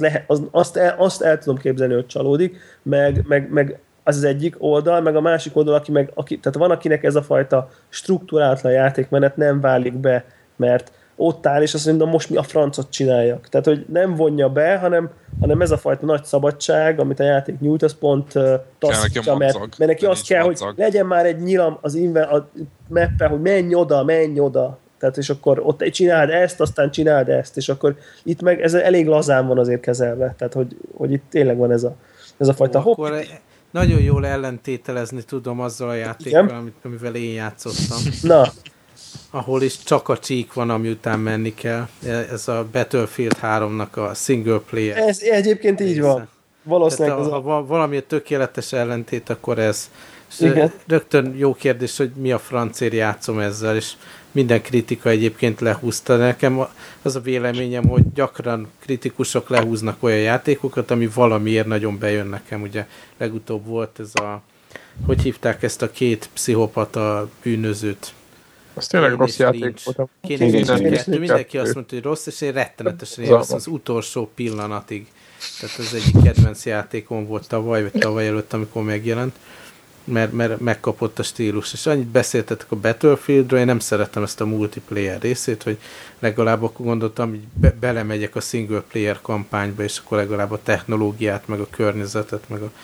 Speaker 1: azt el tudom képzelni, hogy csalódik, meg az egyik oldal, meg a másik oldal, tehát van, akinek ez a fajta struktúrálatlan játékmenet nem válik be, mert ott áll, és azt mondja, most mi a francot csináljak. Tehát, hogy nem vonja be, hanem ez a fajta nagy szabadság, amit a játék nyújt, az pont taszítja, mert neki azt kell, hogy legyen már egy nyilam a mappen, hogy menj oda. Tehát, és akkor ott csináld ezt, aztán csináld ezt, és akkor itt meg ez elég lazán van azért kezelve. Tehát, hogy itt tényleg van ez a fajta hopp.
Speaker 4: Nagyon jól ellentételezni tudom azzal a játékkal, amivel én játszottam.
Speaker 1: Na.
Speaker 4: Ahol is csak a csík van, ami után menni kell. Ez a Battlefield 3-nak a single player.
Speaker 1: Ez egyébként így van. Valószínűleg
Speaker 4: ha valami a tökéletes ellentét, akkor ez. Rögtön jó kérdés, hogy mi a francért játszom ezzel, és minden kritika egyébként lehúzta. Nekem az a véleményem, hogy gyakran kritikusok lehúznak olyan játékokat, ami valamiért nagyon bejön nekem. Ugye legutóbb volt ez hogy hívták ezt a 2 pszichopata bűnözőt?
Speaker 3: Az tényleg rossz játék volt.
Speaker 4: Mindenki azt mondta, hogy rossz, és én rettenetesen élveztem az utolsó pillanatig. Tehát ez egyik kedvenc játékom volt tavaly, vagy tavaly előtt, amikor megjelent. Mert megkapott a stílus. És annyit beszéltetek a Battlefieldről, én nem szeretem ezt a multiplayer részét, hogy legalább akkor gondoltam, hogy belemegyek a single player kampányba, és akkor legalább a technológiát, meg a környezetet, meg a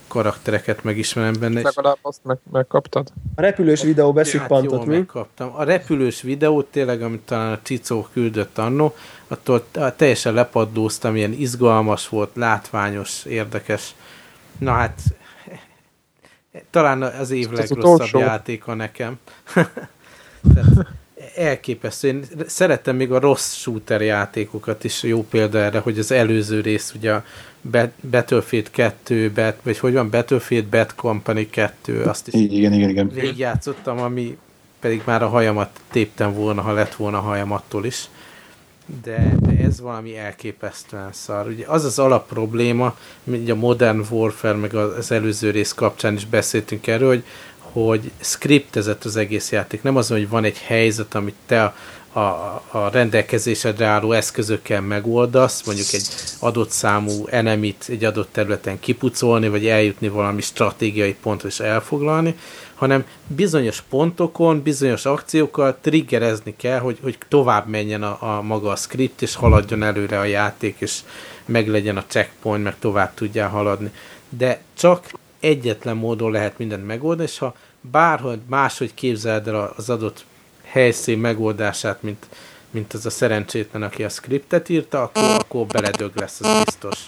Speaker 4: karaktereket megismerem benne.
Speaker 3: Legalább azt megkaptad?
Speaker 1: A repülős videó beszippantott,
Speaker 4: mi? Megkaptam. A repülős videót tényleg, amit talán a Cicó küldött annó, attól teljesen lepaddóztam, ilyen izgalmas volt, látványos, érdekes. Na hát, talán az év legrosszabb játéka nekem. Tehát elképesztő. Én szerettem még a rossz shooter játékokat is, jó példa erre, hogy az előző rész, ugye a Battlefield 2, vagy hogy van, Battlefield Bad Company 2, azt is
Speaker 5: igen.
Speaker 4: végigjátszottam, ami pedig már a hajamat téptem volna, ha lett volna hajam attól is. De ez valami elképesztően szar. Ugye az az alapprobléma, ugye a Modern Warfare, meg az előző rész kapcsán is beszéltünk erről, hogy scriptezett az egész játék. Nem az, hogy van egy helyzet, amit te a rendelkezésedre álló eszközökkel megoldasz, mondjuk egy adott számú enemit egy adott területen kipucolni, vagy eljutni valami stratégiai pontra és elfoglalni, hanem bizonyos pontokon, bizonyos akciókkal triggerezni kell, hogy tovább menjen a maga a script, és haladjon előre a játék, és meglegyen a checkpoint, meg tovább tudjál haladni. De csak egyetlen módon lehet mindent megoldani, és ha bárhogy máshogy képzeld el az adott helyszín megoldását, mint az a szerencsétlen, aki a scriptet írta, akkor beledög lesz, az biztos.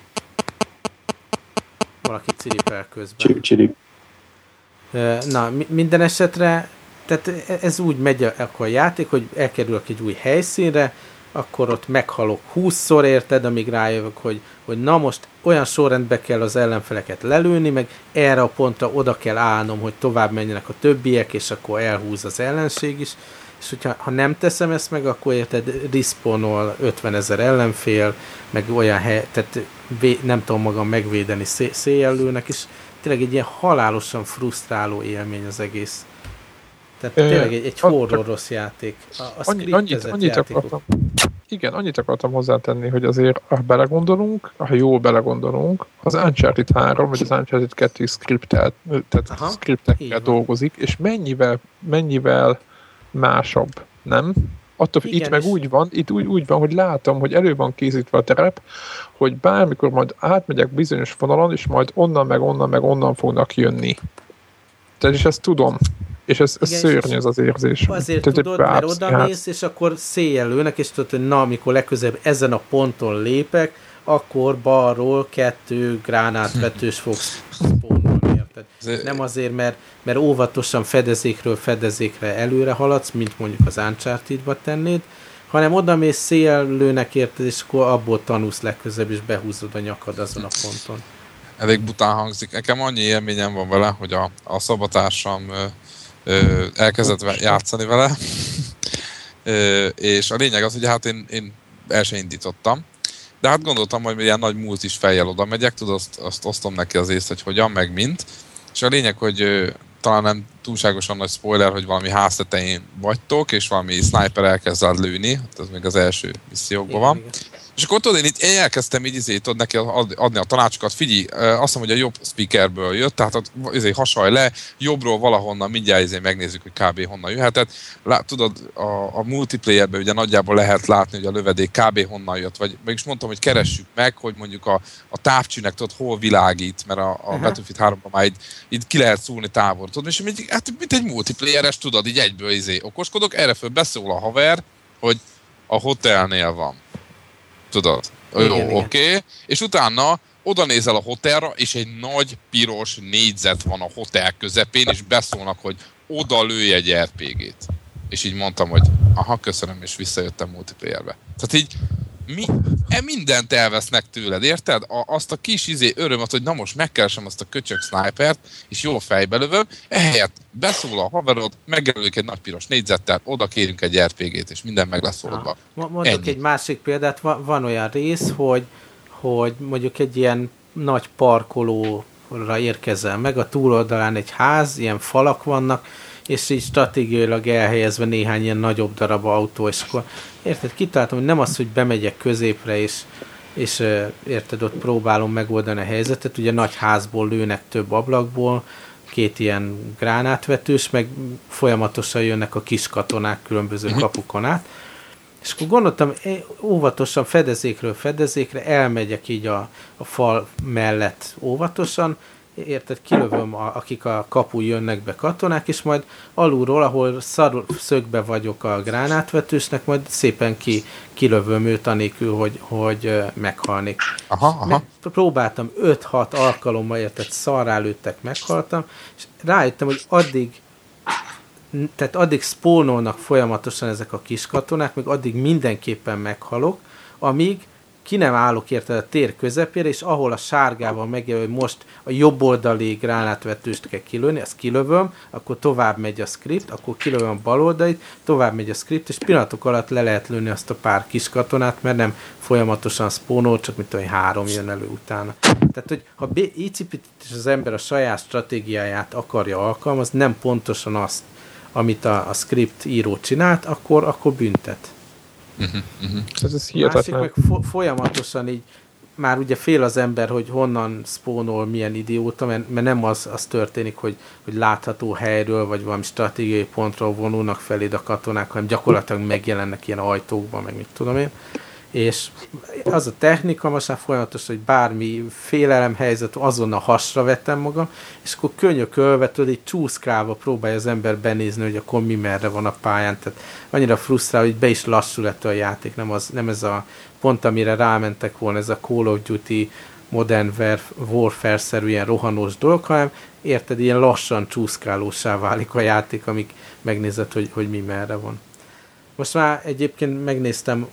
Speaker 4: Valaki ciripel közben.
Speaker 5: Csirip.
Speaker 4: Na, minden esetre, tehát ez úgy megy akkor a játék, hogy elkerülök egy új helyszínre, akkor ott meghalok 20-szor, érted, amíg rájövök, hogy na most olyan sorrendbe kell az ellenfeleket lelőni, meg erre a pontra oda kell állnom, hogy tovább menjenek a többiek, és akkor elhúz az ellenség is. És hogyha nem teszem ezt meg, akkor érted, respawnol 50 000 ellenfél, meg olyan hely, tehát nem tudom magam megvédeni, széjjel lőnek, és tényleg egy ilyen halálosan frusztráló élmény az egész. Tehát tényleg egy horror rossz játék. A scriptezett játékok.
Speaker 3: Annyit akartam hozzátenni, hogy azért, ha belegondolunk, ha jól belegondolunk, az Uncharted 3 vagy az Uncharted 2 scriptekkel dolgozik, és mennyivel másabb, nem? Attól, itt meg úgy van, hogy látom, hogy elő van készítve a terep, hogy bármikor majd átmegyek bizonyos vonalon, és majd onnan fognak jönni. Tehát és ezt tudom. És ez szörnyű ez az érzés.
Speaker 4: Azért tudod, mert odamész, és akkor széjjel lőnek, és tudod, hogy na, amikor legközelebb ezen a ponton lépek, akkor balról 2 gránátvetős fogsz spawnolni, érted? Nem azért, mert óvatosan fedezékről fedezékre előre haladsz, mint mondjuk az Uncharted-ba tennéd, hanem odamész, széjjel lőnek, érted, és akkor abból tanulsz legközelebb, és behúzod a nyakad azon a ponton.
Speaker 2: Elég bután hangzik. Nekem annyi élményem van vele, hogy a szobatársam elkezdett játszani vele, és a lényeg az, hogy hát én el sem indítottam, de hát gondoltam, hogy ilyen nagy múlt is fejjel oda megyek, tudod, azt osztom neki az észt, hogy hogyan, meg mint, és a lényeg, hogy talán nem túlságosan nagy spoiler, hogy valami háztetején vagytok, és valami sniper elkezd rád lőni, ez még az első missziókban van. Igen. És akkor tudod, én elkezdtem így tudod neki adni a tanácsokat, figyelj, azt mondom, hogy a jobb speakerből jött, tehát hasalj le, jobbról valahonnan, mindjárt megnézzük, hogy kb. Honnan jöhetett. Tudod, a multiplayerben ugye nagyjából lehet látni, hogy a lövedék kb. Honnan jött, vagy mégis mondtam, hogy keressük meg, hogy mondjuk a távcsőnek tudod, hol világít, mert a Battlefield 3-ban már így ki lehet szúrni távol. Tudod, és mint egy multiplayeres, tudod, így egyből okoskodok, erre föl beszól a haver, hogy a hotelnél van. Tudod? Jó, oké. És utána oda nézel a hotelra, és egy nagy piros négyzet van a hotel közepén, és beszólnak, hogy oda lőj egy RPG-t. És így mondtam, hogy aha, köszönöm, és visszajöttem multiplayerbe. Tehát így mindent elvesznek tőled, érted? Azt a kis örömet, hogy na most megkeresem azt a köcsög snipert, és jól fejbe lövöm, ehelyett beszól a haverod, megjelölik egy nagy piros négyzettel, oda kérünk egy RPG-t, és minden meg lesz oldva.
Speaker 4: Mondok egy másik példát, van olyan rész, hogy mondjuk egy ilyen nagy parkolóra érkezel meg, a túloldalán egy ház, ilyen falak vannak, és így stratégiailag elhelyezve néhány ilyen nagyobb darab autó, és akkor érted, kitaláltam, hogy nem az, hogy bemegyek középre, és érted, ott próbálom megoldani a helyzetet, ugye nagy házból lőnek több ablakból, 2 ilyen gránátvetős, meg folyamatosan jönnek a kis katonák különböző kapukon át, és akkor gondoltam, óvatosan fedezékről fedezékre elmegyek így a fal mellett óvatosan, érted, kilövöm, akik a kapun jönnek be katonák, és majd alulról, ahol szögbe vagyok a gránátvetősnek, majd szépen kilövöm őt anélkül, hogy meghalnék. Próbáltam 5-6 alkalommal, érted, szarrá lőttek, meghaltam, és rájöttem, hogy addig spónolnak folyamatosan ezek a kis katonák, meg addig mindenképpen meghalok, amíg ki nem állok, érted, a tér közepére, és ahol a sárgával megjelöl, hogy most a jobb oldali gránátvetőst kell kilőni, ezt kilövöm, akkor tovább megy a script, akkor kilövöm a bal oldalit, tovább megy a script, és pillanatok alatt le lehet lőni azt a pár kis katonát, mert nem folyamatosan spónol, csak mint olyan 3 jön elő utána. Tehát, hogy ha icipicit az ember a saját stratégiáját akarja alkalmazni, nem pontosan azt, amit a script író csinált, akkor büntet.
Speaker 3: Ez hihetetlen.
Speaker 4: Másik meg folyamatosan így már ugye fél az ember, hogy honnan spónol milyen idióta, mert nem az történik, hogy látható helyről, vagy valami stratégiai pontról vonulnak feléd a katonák, hanem gyakorlatilag megjelennek ilyen ajtókban, meg mit tudom én. És az a technika most már folyamatosan, hogy bármi félelemhelyzet, azonnal hasra vettem magam, és akkor könyökölve, tudod, így csúszkálva próbálja az ember benézni, hogy akkor mi merre van a pályán. Tehát annyira frusztrál, hogy be is lassul ettől a játék, nem ez a pont, amire rámentek volna, ez a Call of Duty Modern Warfare-szerű ilyen rohanós dolog, hanem érted, ilyen lassan csúszkálósá válik a játék, amíg megnézed, hogy mi merre van. Most már egyébként megnéztem,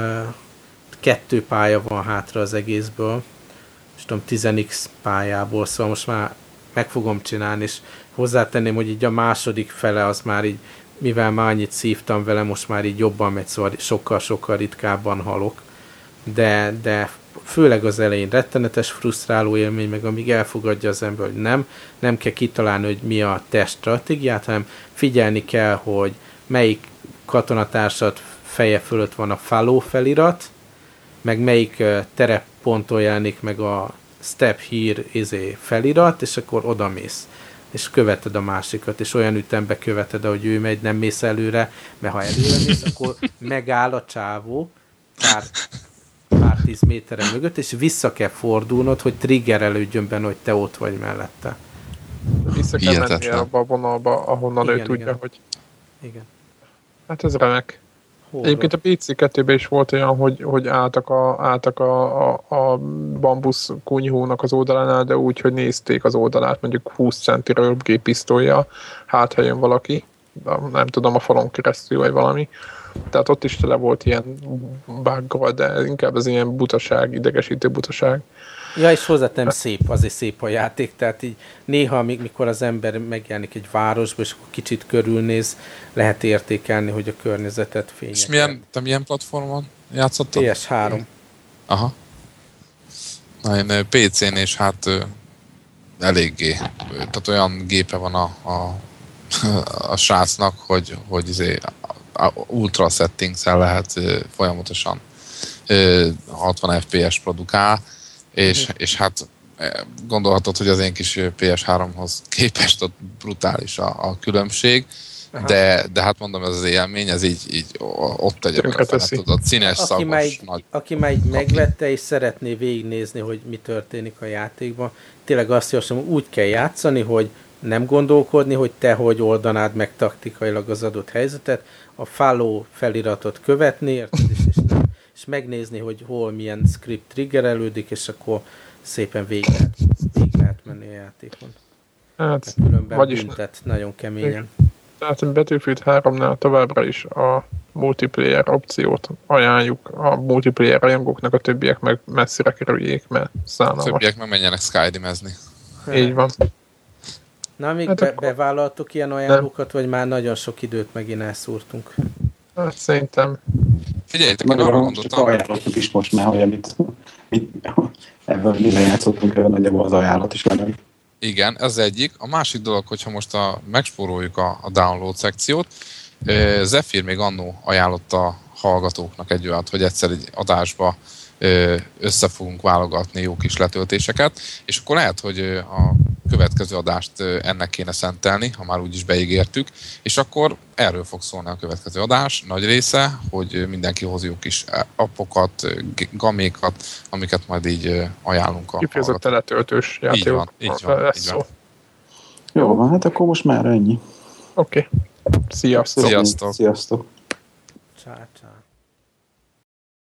Speaker 4: 2 pálya van hátra az egészből, és tudom, 10x pályából, szóval most már meg fogom csinálni, és hozzátenném, hogy így a második fele az már így, mivel már annyit szívtam vele, most már így jobban megy, szóval sokkal-sokkal ritkábban halok, de főleg az elején rettenetes, frusztráló élmény, meg amíg elfogadja az ember, hogy nem kell kitalálni, hogy mi a te stratégiát, hanem figyelni kell, hogy melyik katonatársat feje fölött van a follow felirat, meg melyik terepponton jelenik meg a step here felirat, és akkor odamész, és követed a másikat, és olyan ütembe követed, ahogy ő megy, nem mész előre, mert ha előre mész, akkor megáll a csávó pár 10 méterre mögött, és vissza kell fordulnod, hogy triggerelődjön benne, hogy te ott vagy mellette.
Speaker 3: Vissza kell menni abba a vonalba, ahonnan ő tudja, hogy...
Speaker 4: Igen.
Speaker 3: Hát ez remek. Egyébként a PC2-ben is volt olyan, hogy álltak a bambusz kunyhónak az oldalánál, de úgy, hogy nézték az oldalát, mondjuk 20 centiről géppisztollyal, hát ha jön valaki, nem tudom, a falon keresztül, vagy valami. Tehát ott is tele volt ilyen buggal, de inkább az ilyen butaság, idegesítő butaság.
Speaker 4: Ja, és hozzáteszem szép, azért szép a játék, tehát így néha, mikor az ember megjelenik egy városba, és akkor kicsit körülnéz, lehet értékelni, hogy a környezetet fényeket.
Speaker 2: És te milyen platformon játszottad?
Speaker 4: PS3.
Speaker 2: Aha. Na, én PC-n, és hát eléggé, tehát olyan gépe van a srácnak, hogy ultra settings-el lehet folyamatosan 60 FPS produkál, és hát gondolhatod, hogy az én kis PS3-hoz képest ott brutális a különbség, de hát mondom, ez az élmény, ez így ott egyébként tudod, színes, szagos, nagy.
Speaker 4: Aki már így megvette és szeretné végignézni, hogy mi történik a játékban, tényleg azt javaslom, úgy kell játszani, hogy nem gondolkodni, hogy te hogy oldanád meg taktikailag az adott helyzetet, a follow feliratot követni, érted, és megnézni, hogy hol milyen script triggerelődik, és akkor szépen végig lehet menni a játékon.
Speaker 3: Hát,
Speaker 4: különben büntet nagyon keményen.
Speaker 3: Tehát a Battlefield 3-nál továbbra is a multiplayer opciót ajánljuk a multiplayer rajongóknak, a többiek meg messzire kerüljék, mert szánalmas.
Speaker 2: A többiek meg menjenek Skyrim-ezni.
Speaker 3: Így van.
Speaker 4: Na, még bevállaltok ilyen ajánlókat, vagy már nagyon sok időt megint elszúrtunk?
Speaker 3: Hát szerintem.
Speaker 2: Figyeljétek, én arra
Speaker 5: gondoltam. Ajánlottuk is most már, hogy ebből mire játszottunk, ebben nagyjából az ajánlat is lenne.
Speaker 2: Igen, ez egyik. A másik dolog, hogyha most megspóroljuk a download szekciót, Zephyr még annó ajánlotta a hallgatóknak egy olyat, hogy egyszer egy adásba össze fogunk válogatni jó kis letöltéseket, és akkor lehet, hogy a következő adást ennek kéne szentelni, ha már úgyis beígértük, és akkor erről fog szólni a következő adás, nagy része, hogy mindenki hoz jó kis appokat, gamékat, amiket majd így ajánlunk a
Speaker 3: kifejezett letöltős játékok.
Speaker 2: Így van.
Speaker 5: Jó van, hát akkor most már ennyi.
Speaker 3: Oké. Sziasztok.
Speaker 2: Sziasztok.
Speaker 5: Sziasztok.
Speaker 4: Csá.